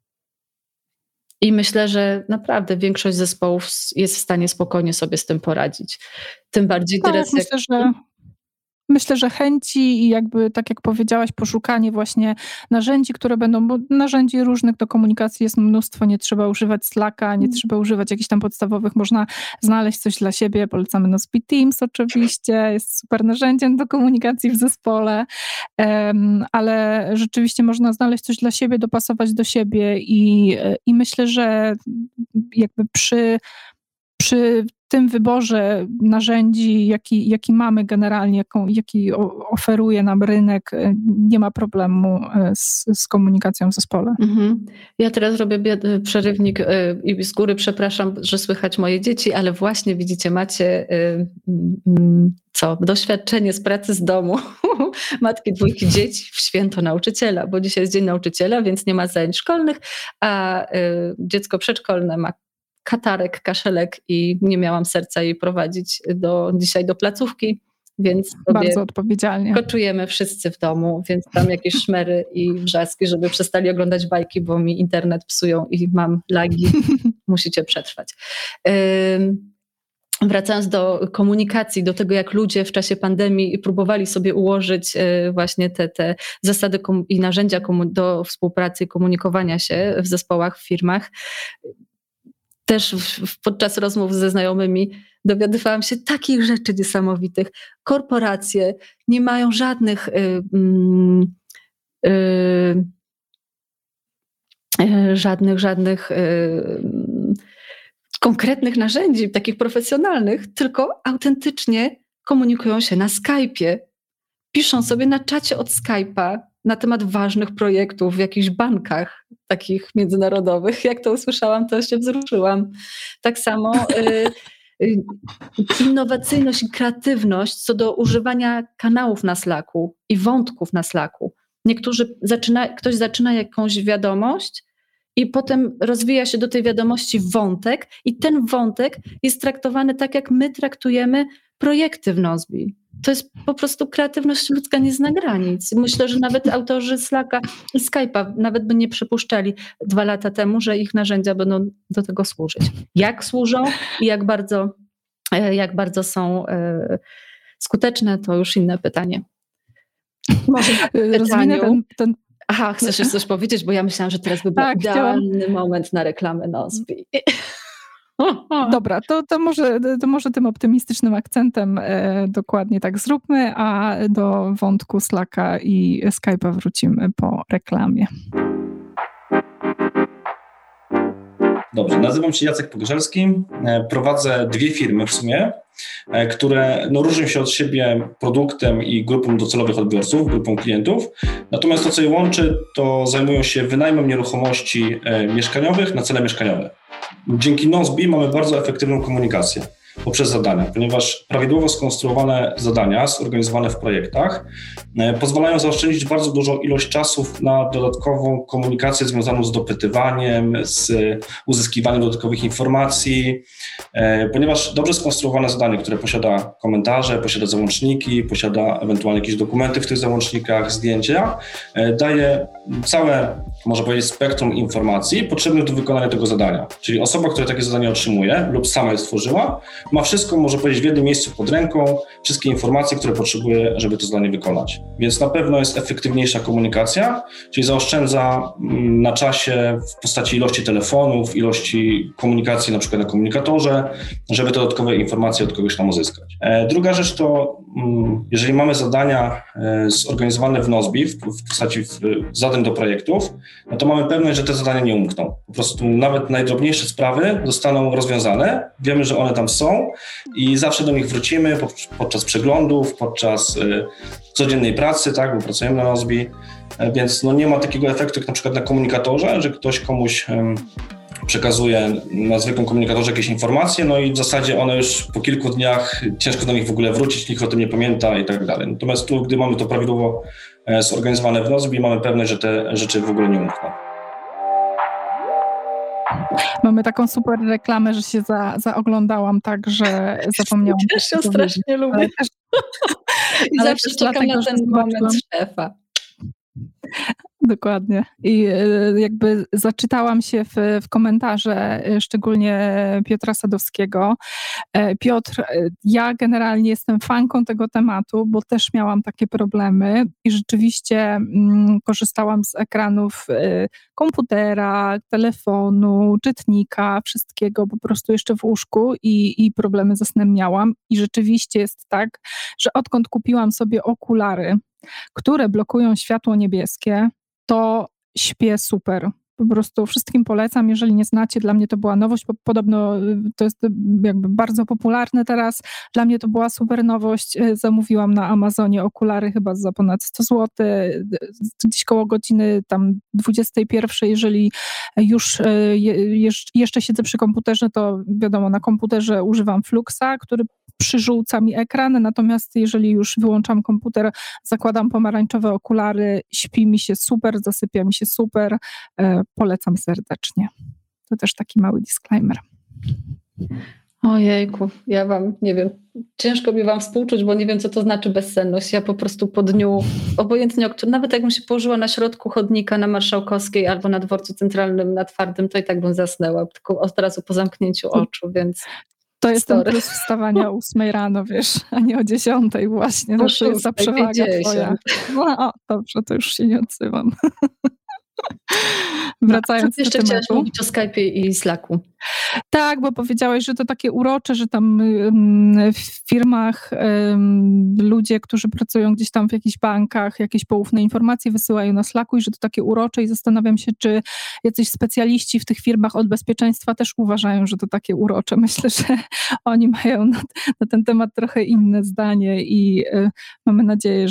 I myślę, że naprawdę większość zespołów jest w stanie spokojnie sobie z tym poradzić. Tym bardziej teraz... Myślę, że chęci i jakby, tak jak powiedziałaś, poszukanie właśnie narzędzi, które będą, bo narzędzi różnych do komunikacji jest mnóstwo, nie trzeba używać Slacka, nie trzeba używać jakichś tam podstawowych, można znaleźć coś dla siebie, polecamy Nozbe Teams oczywiście, jest super narzędziem do komunikacji w zespole, ale rzeczywiście można znaleźć coś dla siebie, dopasować do siebie i myślę, że jakby przy przy tym wyborze narzędzi, jaki mamy generalnie, jaki oferuje nam rynek, nie ma problemu z komunikacją w zespole. Ja teraz robię przerywnik i z góry przepraszam, że słychać moje dzieci, ale właśnie widzicie, macie doświadczenie z pracy z domu. Matki 2 dzieci w święto nauczyciela, bo dzisiaj jest Dzień Nauczyciela, więc nie ma zajęć szkolnych, a dziecko przedszkolne ma katarek, kaszelek i nie miałam serca jej prowadzić dzisiaj do placówki, więc bardzo odpowiedzialnie. Koczujemy wszyscy w domu, więc tam jakieś szmery i wrzaski, żeby przestali oglądać bajki, bo mi internet psują i mam lagi. Musicie przetrwać. Wracając do komunikacji, do tego, jak ludzie w czasie pandemii próbowali sobie ułożyć właśnie te zasady i narzędzia do współpracy i komunikowania się w zespołach, w firmach. Też podczas rozmów ze znajomymi dowiadywałam się takich rzeczy niesamowitych. Korporacje nie mają żadnych konkretnych narzędzi, takich profesjonalnych, tylko autentycznie komunikują się na Skype'ie. Piszą sobie na czacie od Skype'a na temat ważnych projektów w jakichś bankach takich międzynarodowych. Jak to usłyszałam, to się wzruszyłam. Tak samo innowacyjność i kreatywność co do używania kanałów na Slacku i wątków na Slacku. Ktoś zaczyna jakąś wiadomość i potem rozwija się do tej wiadomości wątek i ten wątek jest traktowany tak, jak my traktujemy projekty w Nozbi. To jest po prostu kreatywność ludzka nie zna granic. Myślę, że nawet autorzy Slacka i Skype'a nawet by nie przypuszczali 2 lata temu, że ich narzędzia będą do tego służyć. Jak służą i jak bardzo są skuteczne, to już inne pytanie. Może rozwinę ten... Aha, chcesz jeszcze coś powiedzieć? Bo ja myślałam, że teraz by był idealny moment na reklamę Nozbi. Dobra, to może tym optymistycznym akcentem dokładnie tak zróbmy, a do wątku Slacka i Skype'a wrócimy po reklamie. Dobrze, nazywam się Jacek Pogrzelski, prowadzę 2 firmy w sumie, które różnią się od siebie produktem i grupą docelowych odbiorców, grupą klientów. Natomiast to, co je łączy, to zajmują się wynajmem nieruchomości mieszkaniowych na cele mieszkaniowe. Dzięki Nozbi mamy bardzo efektywną komunikację poprzez zadania, ponieważ prawidłowo skonstruowane zadania zorganizowane w projektach pozwalają zaoszczędzić bardzo dużą ilość czasu na dodatkową komunikację związaną z dopytywaniem, z uzyskiwaniem dodatkowych informacji, ponieważ dobrze skonstruowane zadanie, które posiada komentarze, posiada załączniki, posiada ewentualnie jakieś dokumenty w tych załącznikach, zdjęcia, daje całe, można powiedzieć, spektrum informacji potrzebnych do wykonania tego zadania. Czyli osoba, która takie zadanie otrzymuje lub sama je stworzyła, ma wszystko, można powiedzieć, w jednym miejscu pod ręką, wszystkie informacje, które potrzebuje, żeby to zadanie wykonać. Więc na pewno jest efektywniejsza komunikacja, czyli zaoszczędza na czasie w postaci ilości telefonów, ilości komunikacji na przykład na komunikatorze, żeby te dodatkowe informacje od kogoś tam uzyskać. Druga rzecz to, jeżeli mamy zadania zorganizowane w Nozbi, w postaci zadań do projektów, no to mamy pewność, że te zadania nie umkną. Po prostu nawet najdrobniejsze sprawy zostaną rozwiązane, wiemy, że one tam są i zawsze do nich wrócimy podczas przeglądów, podczas codziennej pracy, tak, bo pracujemy na Nozbi, więc nie ma takiego efektu jak na przykład na komunikatorze, że ktoś komuś przekazuje na zwykłym komunikatorze jakieś informacje, no i w zasadzie one już po kilku dniach ciężko do nich w ogóle wrócić, nikt o tym nie pamięta i tak dalej. Natomiast tu, gdy mamy to prawidłowo zorganizowane w Nozbi, mamy pewność, że te rzeczy w ogóle nie umkną. Mamy taką super reklamę, że się zaoglądałam tak, że zapomniałam. Też ją strasznie lubię. I zawsze czekam na ten moment szefa. Dokładnie. I jakby zaczytałam się w komentarze, szczególnie Piotra Sadowskiego. Piotr, ja generalnie jestem fanką tego tematu, bo też miałam takie problemy i rzeczywiście korzystałam z ekranów komputera, telefonu, czytnika, wszystkiego po prostu jeszcze w łóżku i problemy ze snem miałam. I rzeczywiście jest tak, że odkąd kupiłam sobie okulary, które blokują światło niebieskie, to śpię super. Po prostu wszystkim polecam, jeżeli nie znacie, dla mnie to była nowość, bo podobno to jest jakby bardzo popularne teraz. Dla mnie to była super nowość. Zamówiłam na Amazonie okulary chyba za ponad 100 zł, gdzieś koło godziny tam 21, jeżeli już jeszcze siedzę przy komputerze, to wiadomo, na komputerze używam Fluxa, który przyrzuca mi ekran, natomiast jeżeli już wyłączam komputer, zakładam pomarańczowe okulary, śpi mi się super, zasypia mi się super, polecam serdecznie. To też taki mały disclaimer. Ojejku, ja wam, nie wiem, ciężko mi wam współczuć, bo nie wiem, co to znaczy bezsenność. Ja po prostu po dniu, obojętnie, nawet jakbym się położyła na środku chodnika na Marszałkowskiej albo na dworcu centralnym na Twardym, to i tak bym zasnęła, tylko od razu po zamknięciu oczu, więc... To jest ten plus wstawania o 8 rano, wiesz, a nie o 10 właśnie. No to jest ta przewaga twoja. No, dobrze, to już się nie odzywam. Wracając do jeszcze tematu. chciałaś mówić o Skype'ie i Slacku. Tak, bo powiedziałaś, że to takie urocze, że tam w firmach ludzie, którzy pracują gdzieś tam w jakichś bankach, jakieś poufne informacje wysyłają na Slacku i że to takie urocze i zastanawiam się, czy jacyś specjaliści w tych firmach od bezpieczeństwa też uważają, że to takie urocze. Myślę, że oni mają na ten temat trochę inne zdanie i mamy nadzieję,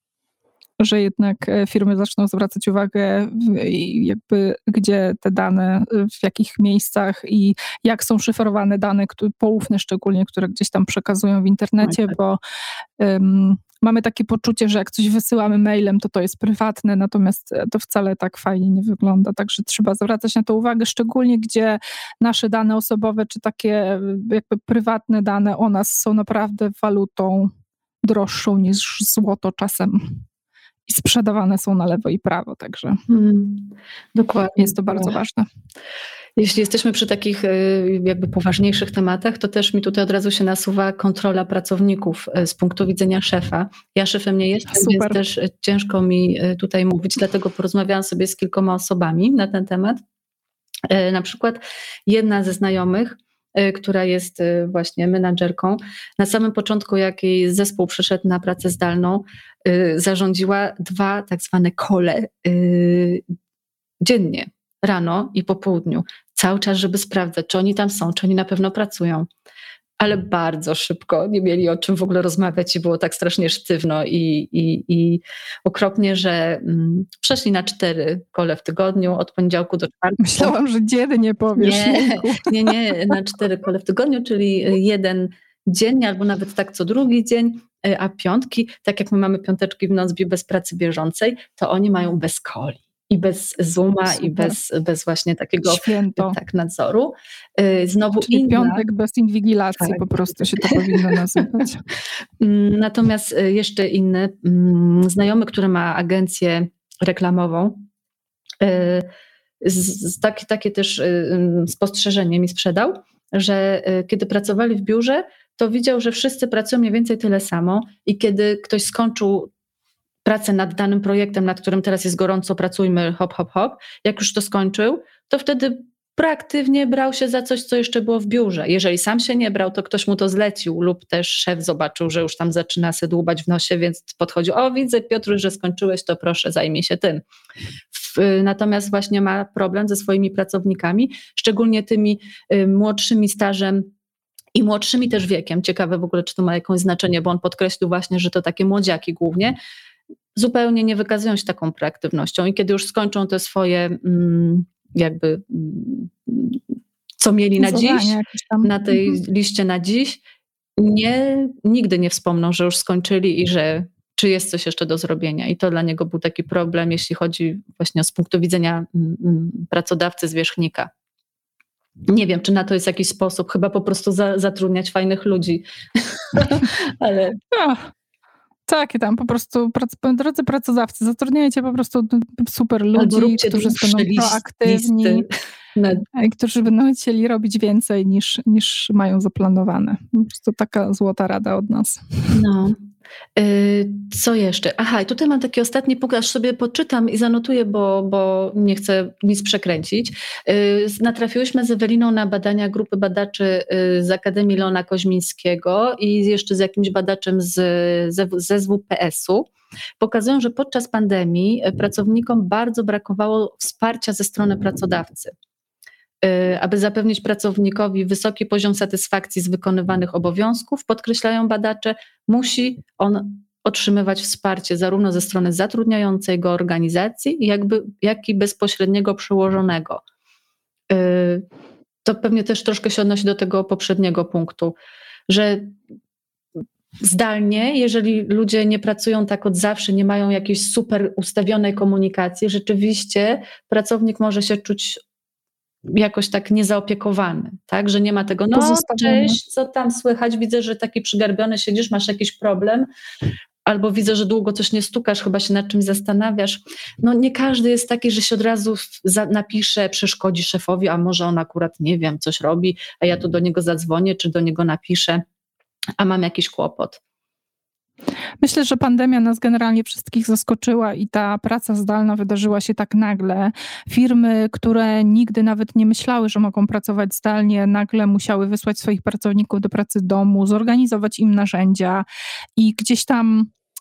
że jednak firmy zaczną zwracać uwagę jakby gdzie te dane, w jakich miejscach i jak są szyfrowane dane, poufne szczególnie, które gdzieś tam przekazują w internecie, bo mamy takie poczucie, że jak coś wysyłamy mailem, to jest prywatne, natomiast to wcale tak fajnie nie wygląda, także trzeba zwracać na to uwagę, szczególnie gdzie nasze dane osobowe, czy takie jakby prywatne dane o nas są naprawdę walutą droższą niż złoto czasem. I sprzedawane są na lewo i prawo, także dokładnie. Jest to bardzo ważne. Jeśli jesteśmy przy takich jakby poważniejszych tematach, to też mi tutaj od razu się nasuwa kontrola pracowników z punktu widzenia szefa. Ja szefem nie jestem, więc też ciężko mi tutaj mówić, dlatego porozmawiałam sobie z kilkoma osobami na ten temat. Na przykład jedna ze znajomych, która jest właśnie menadżerką. Na samym początku, jak jej zespół przeszedł na pracę zdalną, zarządziła 2 tak zwane call dziennie, rano i po południu. Cały czas, żeby sprawdzać, czy oni tam są, czy oni na pewno pracują. Ale bardzo szybko nie mieli o czym w ogóle rozmawiać i było tak strasznie sztywno i okropnie, że przeszli na 4 call w tygodniu, od poniedziałku do czwartku. Myślałam, że dziennie powiesz. Nie, na 4 call w tygodniu, czyli 1 dziennie albo nawet tak co drugi dzień, a piątki, tak jak my mamy piąteczki w Nozbi bez pracy bieżącej, to oni mają bez coli. I bez Zooma, super. I bez właśnie takiego nadzoru. Znowu czyli piątek bez inwigilacji, tak, po prostu się to powinno nazywać. Natomiast jeszcze inny znajomy, który ma agencję reklamową, takie też spostrzeżenie mi sprzedał, że kiedy pracowali w biurze, to widział, że wszyscy pracują mniej więcej tyle samo i kiedy ktoś skończył pracę nad danym projektem, nad którym teraz jest gorąco, pracujmy, hop, hop, hop. Jak już to skończył, to wtedy proaktywnie brał się za coś, co jeszcze było w biurze. Jeżeli sam się nie brał, to ktoś mu to zlecił lub też szef zobaczył, że już tam zaczyna się dłubać w nosie, więc podchodził, widzę Piotruś, że skończyłeś, to proszę zajmij się tym. Natomiast właśnie ma problem ze swoimi pracownikami, szczególnie tymi młodszymi stażem i młodszymi też wiekiem. Ciekawe w ogóle, czy to ma jakieś znaczenie, bo on podkreślił właśnie, że to takie młodziaki głównie, zupełnie nie wykazują się taką proaktywnością i kiedy już skończą te swoje jakby co mieli na dziś, na tej liście na dziś, nigdy nie wspomną, że już skończyli i że czy jest coś jeszcze do zrobienia. I to dla niego był taki problem, jeśli chodzi właśnie z punktu widzenia pracodawcy, zwierzchnika. Nie wiem, czy na to jest jakiś sposób, chyba po prostu zatrudniać fajnych ludzi. Ale... Tak, i tam po prostu, drodzy pracodawcy, zatrudniajcie po prostu super ludzi, którzy będą proaktywni i którzy będą chcieli robić więcej niż mają zaplanowane. Po prostu taka złota rada od nas. No. Co jeszcze? I tutaj mam taki ostatni punkt, aż sobie poczytam i zanotuję, bo nie chcę nic przekręcić. Natrafiłyśmy z Eweliną na badania grupy badaczy z Akademii Leona Koźmińskiego i jeszcze z jakimś badaczem ze ZWPS-u. pokazują, że podczas pandemii pracownikom bardzo brakowało wsparcia ze strony pracodawcy. Aby zapewnić pracownikowi wysoki poziom satysfakcji z wykonywanych obowiązków, podkreślają badacze, musi on otrzymywać wsparcie zarówno ze strony zatrudniającej go organizacji, jak i bezpośredniego przełożonego. To pewnie też troszkę się odnosi do tego poprzedniego punktu, że zdalnie, jeżeli ludzie nie pracują tak od zawsze, nie mają jakiejś super ustawionej komunikacji, rzeczywiście pracownik może się czuć jakoś tak niezaopiekowany, tak, że nie ma tego, no cześć, co tam słychać, widzę, że taki przygarbiony siedzisz, masz jakiś problem, albo widzę, że długo coś nie stukasz, chyba się nad czymś zastanawiasz. No nie każdy jest taki, że się od razu napisze, przeszkodzi szefowi, a może on akurat, nie wiem, coś robi, a ja tu do niego zadzwonię, czy do niego napiszę, a mam jakiś kłopot. Myślę, że pandemia nas generalnie wszystkich zaskoczyła i ta praca zdalna wydarzyła się tak nagle. Firmy, które nigdy nawet nie myślały, że mogą pracować zdalnie, nagle musiały wysłać swoich pracowników do pracy w domu, zorganizować im narzędzia i gdzieś tam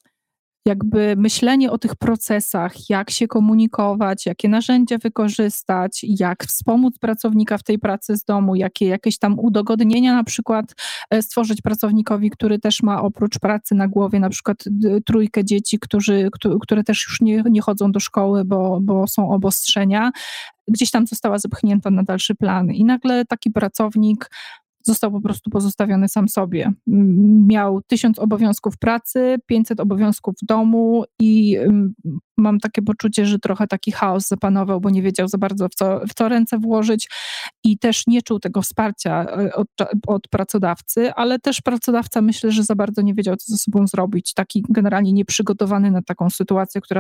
jakby myślenie o tych procesach, jak się komunikować, jakie narzędzia wykorzystać, jak wspomóc pracownika w tej pracy z domu, jakie jakieś tam udogodnienia na przykład stworzyć pracownikowi, który też ma oprócz pracy na głowie na przykład 3 dzieci, które też już nie chodzą do szkoły, bo są obostrzenia, gdzieś tam została zepchnięta na dalszy plan. I nagle taki pracownik został po prostu pozostawiony sam sobie. Miał 1000 obowiązków pracy, 500 obowiązków w domu i mam takie poczucie, że trochę taki chaos zapanował, bo nie wiedział za bardzo w co ręce włożyć i też nie czuł tego wsparcia od pracodawcy, ale też pracodawca myślę, że za bardzo nie wiedział, co ze sobą zrobić. Taki generalnie nieprzygotowany na taką sytuację, która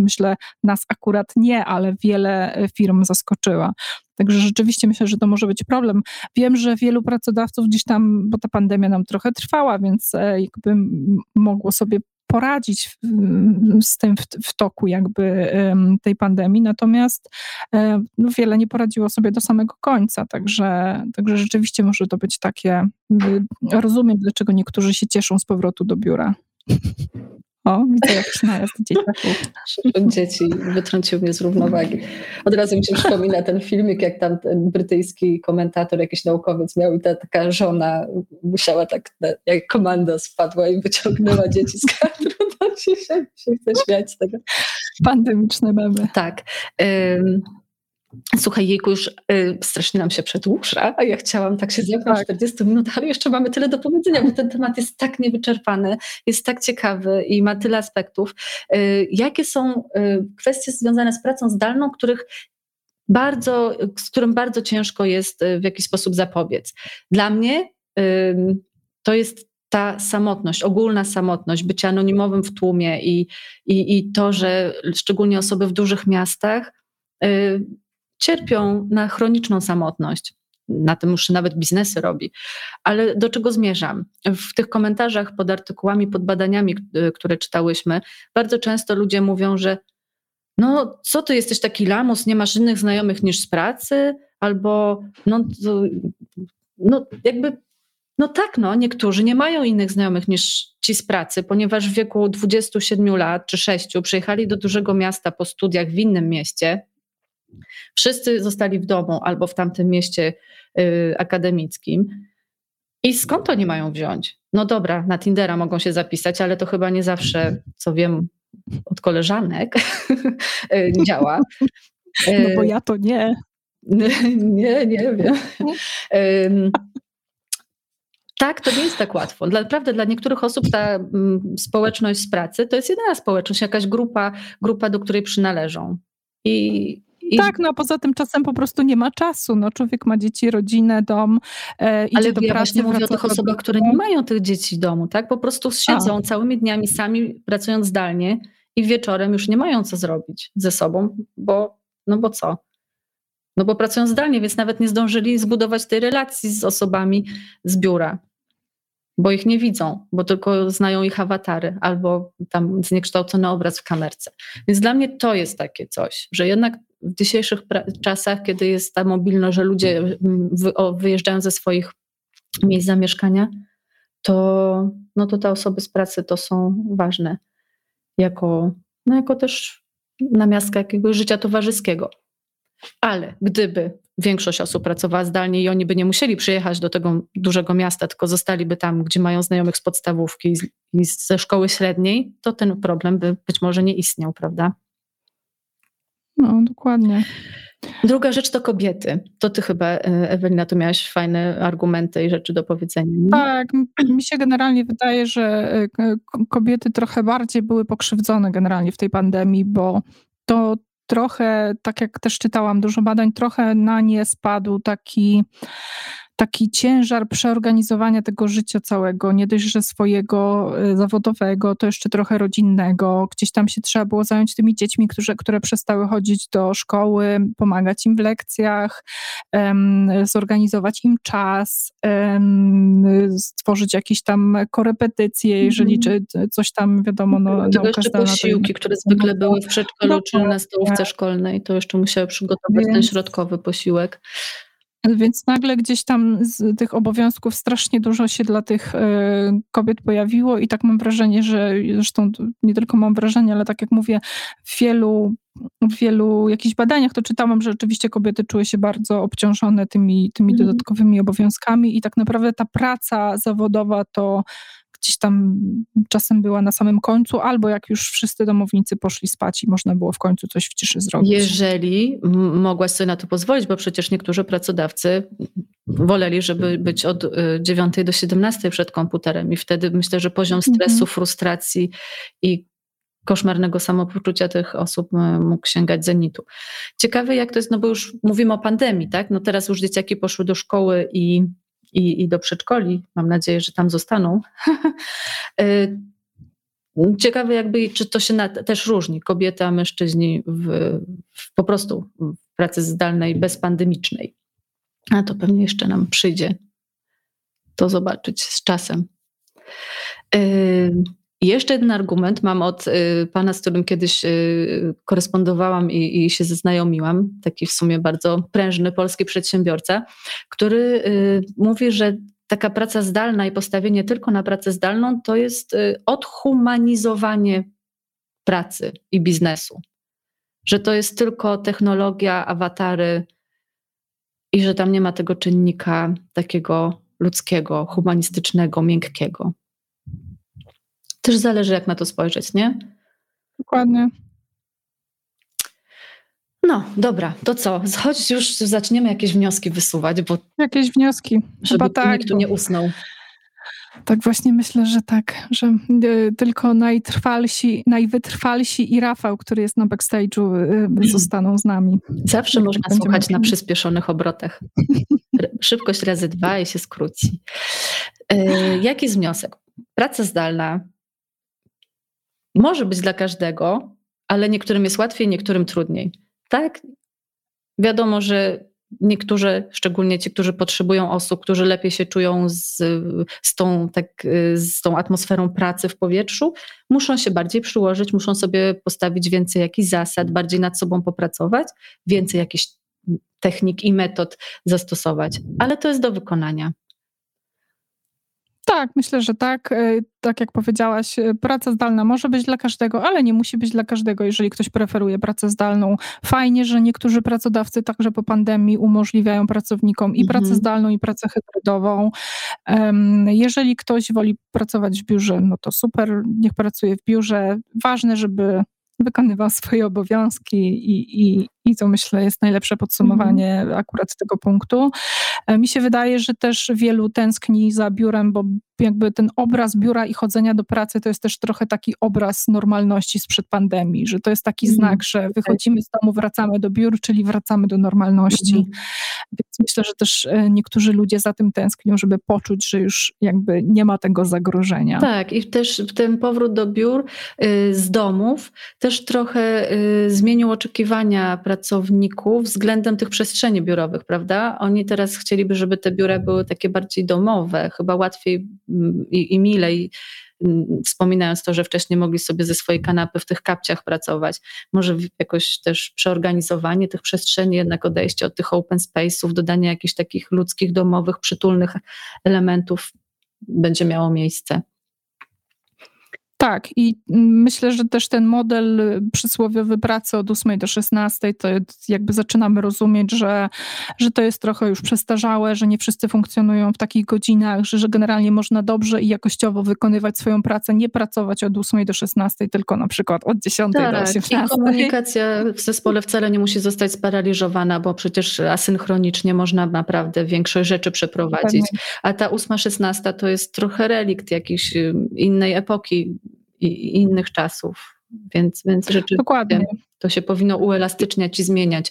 nas akurat nie, ale wiele firm zaskoczyła. Także rzeczywiście myślę, że to może być problem. Wiem, że wielu pracodawców gdzieś tam, bo ta pandemia nam trochę trwała, więc jakby mogło sobie poradzić z tym w toku jakby tej pandemii, natomiast wiele nie poradziło sobie do samego końca, także rzeczywiście może to być takie, rozumiem, dlaczego niektórzy się cieszą z powrotu do biura. O, widzę jakiś najazd dzieciaków. Dzieci wytrącił mnie z równowagi. Od razu mi się przypomina ten filmik, jak tam ten brytyjski komentator, jakiś naukowiec miał i ta taka żona musiała tak, jak komanda spadła i wyciągnęła dzieci z kadru. To się chce śmiać z tego. Pandemiczne memy. Tak. Słuchaj, jejku, już strasznie nam się przedłuża, a ja chciałam tak się zepchnąć 40 minut, ale jeszcze mamy tyle do powiedzenia, bo ten temat jest tak niewyczerpany, jest tak ciekawy i ma tyle aspektów. Jakie są kwestie związane z pracą zdalną, z którym bardzo ciężko jest w jakiś sposób zapobiec? Dla mnie to jest ta samotność, ogólna samotność, bycie anonimowym w tłumie i to, że szczególnie osoby w dużych miastach cierpią na chroniczną samotność. Na tym już nawet biznesy robi. Ale do czego zmierzam? W tych komentarzach pod artykułami, pod badaniami, które czytałyśmy, bardzo często ludzie mówią, że no co ty jesteś taki lamus, nie masz innych znajomych niż z pracy? Albo niektórzy nie mają innych znajomych niż ci z pracy, ponieważ w wieku 27 lat czy 6 przyjechali do dużego miasta po studiach w innym mieście. Wszyscy zostali w domu albo w tamtym mieście akademickim. I skąd oni mają wziąć? No dobra, na Tindera mogą się zapisać, ale to chyba nie zawsze, co wiem od koleżanek, działa. No bo ja to nie. Nie wiem. Tak, to nie jest tak łatwo. Naprawdę dla niektórych osób ta społeczność z pracy to jest jedyna społeczność, jakaś grupa, do której przynależą. Tak, no a poza tym czasem po prostu nie ma czasu. No, człowiek ma dzieci, rodzinę, dom, idzie do pracy. Ale ja właśnie mówię o tych osobach, które nie mają tych dzieci w domu, tak? Po prostu siedzą całymi dniami sami pracując zdalnie i wieczorem już nie mają co zrobić ze sobą, bo co? No bo pracują zdalnie, więc nawet nie zdążyli zbudować tej relacji z osobami z biura, bo ich nie widzą, bo tylko znają ich awatary albo tam zniekształcony obraz w kamerce. Więc dla mnie to jest takie coś, że jednak w dzisiejszych czasach, kiedy jest ta mobilność, że ludzie wyjeżdżają ze swoich miejsc zamieszkania, to te osoby z pracy to są ważne. jako też namiastka jakiegoś życia towarzyskiego. Ale gdyby większość osób pracowała zdalnie i oni by nie musieli przyjechać do tego dużego miasta, tylko zostaliby tam, gdzie mają znajomych z podstawówki i ze szkoły średniej, to ten problem by być może nie istniał, prawda? No, dokładnie. Druga rzecz to kobiety. To ty chyba, Ewelina, tu miałaś fajne argumenty i rzeczy do powiedzenia. Nie? Tak, mi się generalnie wydaje, że kobiety trochę bardziej były pokrzywdzone generalnie w tej pandemii, bo to trochę, tak jak też czytałam dużo badań, trochę na nie spadł taki ciężar przeorganizowania tego życia całego, nie dość, że swojego zawodowego, to jeszcze trochę rodzinnego. Gdzieś tam się trzeba było zająć tymi dziećmi, które przestały chodzić do szkoły, pomagać im w lekcjach, zorganizować im czas, stworzyć jakieś tam korepetycje, jeżeli coś tam, wiadomo, tego jeszcze posiłki, które zwykle były w przedszkolu czy na stołówce szkolnej, to jeszcze musiały przygotować ten środkowy posiłek. Więc nagle gdzieś tam z tych obowiązków strasznie dużo się dla tych kobiet pojawiło i tak mam wrażenie, że zresztą nie tylko mam wrażenie, ale tak jak mówię, w wielu jakichś badaniach to czytałam, że rzeczywiście kobiety czuły się bardzo obciążone tymi dodatkowymi obowiązkami i tak naprawdę ta praca zawodowa to gdzieś tam czasem była na samym końcu, albo jak już wszyscy domownicy poszli spać i można było w końcu coś w ciszy zrobić. Jeżeli mogłaś sobie na to pozwolić, bo przecież niektórzy pracodawcy woleli, żeby być od 9 do 17 przed komputerem i wtedy myślę, że poziom stresu, frustracji i koszmarnego samopoczucia tych osób mógł sięgać zenitu. Ciekawe jak to jest, no bo już mówimy o pandemii, tak? No teraz już dzieciaki poszły do szkoły i do przedszkoli. Mam nadzieję, że tam zostaną. Ciekawe jakby, czy to się też różni, kobiety a mężczyźni po prostu w pracy zdalnej, bezpandemicznej. A to pewnie jeszcze nam przyjdzie to zobaczyć z czasem. Jeszcze jeden argument mam od pana, z którym kiedyś korespondowałam i się zaznajomiłam, taki w sumie bardzo prężny polski przedsiębiorca, który mówi, że taka praca zdalna i postawienie tylko na pracę zdalną to jest odhumanizowanie pracy i biznesu. Że to jest tylko technologia, awatary i że tam nie ma tego czynnika takiego ludzkiego, humanistycznego, miękkiego. Też zależy, jak na to spojrzeć, nie? Dokładnie. No, dobra, to co? Chodź już zaczniemy jakieś wnioski wysuwać, bo... Jakieś wnioski. Żeby nikt tu nie usnął. Tak właśnie myślę, że tak, że tylko najwytrwalsi i Rafał, który jest na backstage'u, zostaną z nami. Zawsze można słuchać na przyspieszonych obrotach. Szybkość razy 2 i się skróci. Jaki jest wniosek? Praca zdalna może być dla każdego, ale niektórym jest łatwiej, niektórym trudniej. Tak? Wiadomo, że niektórzy, szczególnie ci, którzy potrzebują osób, którzy lepiej się czują z tą atmosferą pracy w powietrzu, muszą się bardziej przyłożyć, muszą sobie postawić więcej jakichś zasad, bardziej nad sobą popracować, więcej jakichś technik i metod zastosować. Ale to jest do wykonania. Tak, myślę, że tak. Tak jak powiedziałaś, praca zdalna może być dla każdego, ale nie musi być dla każdego, jeżeli ktoś preferuje pracę zdalną. Fajnie, że niektórzy pracodawcy także po pandemii umożliwiają pracownikom i pracę zdalną, i pracę hybrydową. Jeżeli ktoś woli pracować w biurze, no to super, niech pracuje w biurze. Ważne, żeby wykonywał swoje obowiązki i to myślę jest najlepsze podsumowanie akurat tego punktu. Mi się wydaje, że też wielu tęskni za biurem, bo jakby ten obraz biura i chodzenia do pracy to jest też trochę taki obraz normalności sprzed pandemii, że to jest taki znak, że wychodzimy z domu, wracamy do biur, czyli wracamy do normalności. Więc myślę, że też niektórzy ludzie za tym tęsknią, żeby poczuć, że już jakby nie ma tego zagrożenia. Tak, i też ten powrót do biur z domów też trochę zmienił oczekiwania pracowników względem tych przestrzeni biurowych, prawda? Oni teraz chcieliby, żeby te biura były takie bardziej domowe, chyba łatwiej i milej, wspominając to, że wcześniej mogli sobie ze swojej kanapy w tych kapciach pracować. Może jakoś też przeorganizowanie tych przestrzeni, jednak odejście od tych open space'ów, dodanie jakichś takich ludzkich, domowych, przytulnych elementów będzie miało miejsce. Tak, i myślę, że też ten model przysłowiowy pracy od 8 do 16 to jakby zaczynamy rozumieć, że to jest trochę już przestarzałe, że nie wszyscy funkcjonują w takich godzinach, że generalnie można dobrze i jakościowo wykonywać swoją pracę, nie pracować od 8 do 16, tylko na przykład od 10 do 18. I komunikacja w zespole wcale nie musi zostać sparaliżowana, bo przecież asynchronicznie można naprawdę większość rzeczy przeprowadzić. A ta 8-16 to jest trochę relikt jakiejś innej epoki i innych czasów, więc rzeczywiście dokładnie. To się powinno uelastyczniać i zmieniać.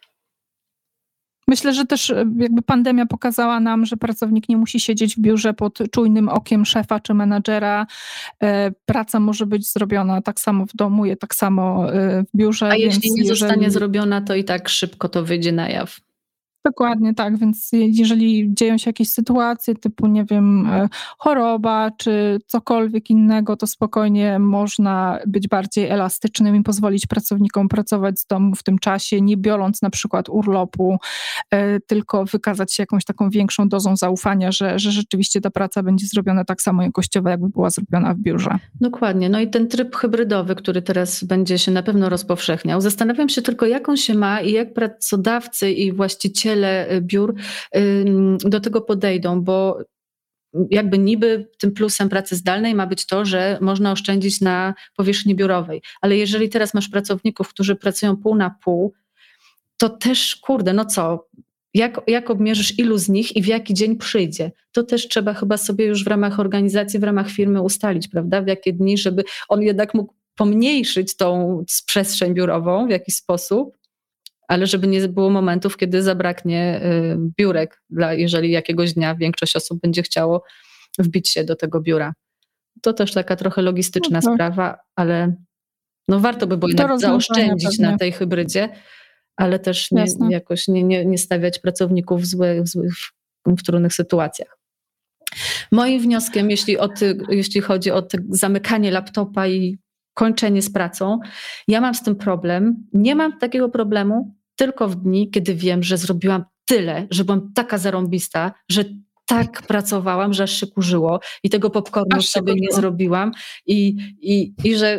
Myślę, że też jakby pandemia pokazała nam, że pracownik nie musi siedzieć w biurze pod czujnym okiem szefa czy menadżera. Praca może być zrobiona tak samo w domu, tak samo w biurze. A jeśli nie zostanie zrobiona, to i tak szybko to wyjdzie na jaw. Dokładnie tak, więc jeżeli dzieją się jakieś sytuacje typu, nie wiem, choroba czy cokolwiek innego, to spokojnie można być bardziej elastycznym i pozwolić pracownikom pracować z domu w tym czasie, nie biorąc na przykład urlopu, tylko wykazać się jakąś taką większą dozą zaufania, że rzeczywiście ta praca będzie zrobiona tak samo jakościowo, jakby była zrobiona w biurze. Dokładnie, no i ten tryb hybrydowy, który teraz będzie się na pewno rozpowszechniał. Zastanawiam się tylko, jak on się ma i jak pracodawcy i właściciele biur do tego podejdą, bo jakby niby tym plusem pracy zdalnej ma być to, że można oszczędzić na powierzchni biurowej, ale jeżeli teraz masz pracowników, którzy pracują pół na pół, to też no co, jak obmierzysz ilu z nich i w jaki dzień przyjdzie? To też trzeba chyba sobie już w ramach organizacji, w ramach firmy ustalić, prawda? W jakie dni, żeby on jednak mógł pomniejszyć tą przestrzeń biurową w jakiś sposób, ale żeby nie było momentów, kiedy zabraknie biurek, jeżeli jakiegoś dnia większość osób będzie chciało wbić się do tego biura. To też taka trochę logistyczna sprawa, ale warto by było jednak zaoszczędzić na tej hybrydzie, ale też jakoś nie stawiać pracowników w trudnych sytuacjach. Moim wnioskiem, jeśli chodzi o zamykanie laptopa i kończenie z pracą, ja mam z tym problem. Nie mam takiego problemu tylko w dni, kiedy wiem, że zrobiłam tyle, że byłam taka zarąbista, że tak pracowałam, że aż się kurzyło i tego popcornu sobie nie zrobiłam i że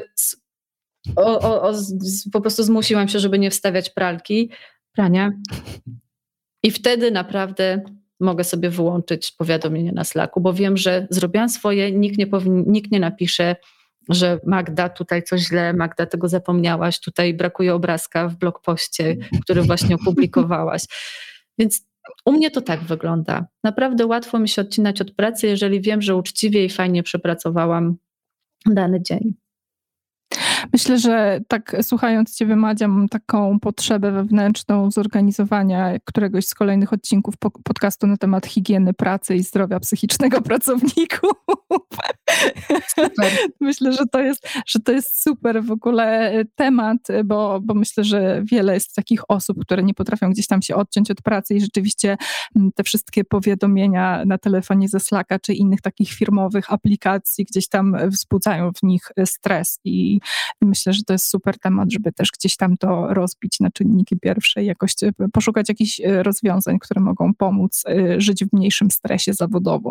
po prostu zmusiłam się, żeby nie wstawiać prania i wtedy naprawdę mogę sobie wyłączyć powiadomienie na Slacku, bo wiem, że zrobiłam swoje, nikt nie napisze, że Magda, tutaj coś źle, Magda, tego zapomniałaś, tutaj brakuje obrazka w blogpoście, który właśnie opublikowałaś. Więc u mnie to tak wygląda. Naprawdę łatwo mi się odcinać od pracy, jeżeli wiem, że uczciwie i fajnie przepracowałam dany dzień. Myślę, że tak słuchając Ciebie, Madzia, mam taką potrzebę wewnętrzną zorganizowania któregoś z kolejnych odcinków podcastu na temat higieny pracy i zdrowia psychicznego pracowników. Super. Myślę, że to jest super w ogóle temat, bo myślę, że wiele jest takich osób, które nie potrafią gdzieś tam się odciąć od pracy i rzeczywiście te wszystkie powiadomienia na telefonie ze Slacka czy innych takich firmowych aplikacji gdzieś tam wzbudzają w nich stres i myślę, że to jest super temat, żeby też gdzieś tam to rozbić na czynniki pierwsze i jakoś poszukać jakichś rozwiązań, które mogą pomóc żyć w mniejszym stresie zawodowo.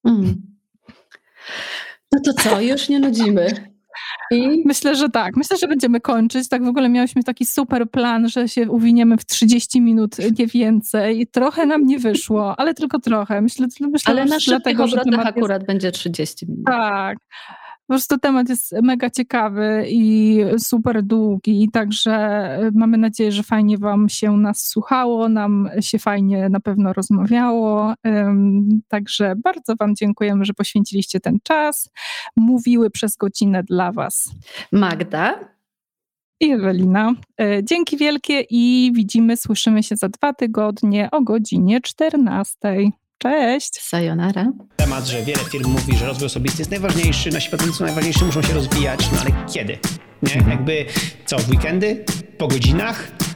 No to co, już nie nudzimy? Myślę, że tak. Myślę, że będziemy kończyć. Tak w ogóle miałyśmy taki super plan, że się uwiniemy w 30 minut, nie więcej. I trochę nam nie wyszło, ale tylko trochę. Myślę, ale na szybkich obrotach akurat będzie 30 minut. Tak. Po prostu temat jest mega ciekawy i super długi, także mamy nadzieję, że fajnie Wam się nas słuchało, nam się fajnie na pewno rozmawiało, także bardzo Wam dziękujemy, że poświęciliście ten czas. Mówiły przez godzinę dla Was Magda i Ewelina. Dzięki wielkie i słyszymy się za 2 tygodnie o godzinie 14. Cześć! Sayonara. Temat, że wiele firm mówi, że rozwój osobisty jest najważniejszy, nasi pracownicy najważniejsi, muszą się rozwijać, no ale kiedy? Nie? Jakby co, w weekendy? Po godzinach?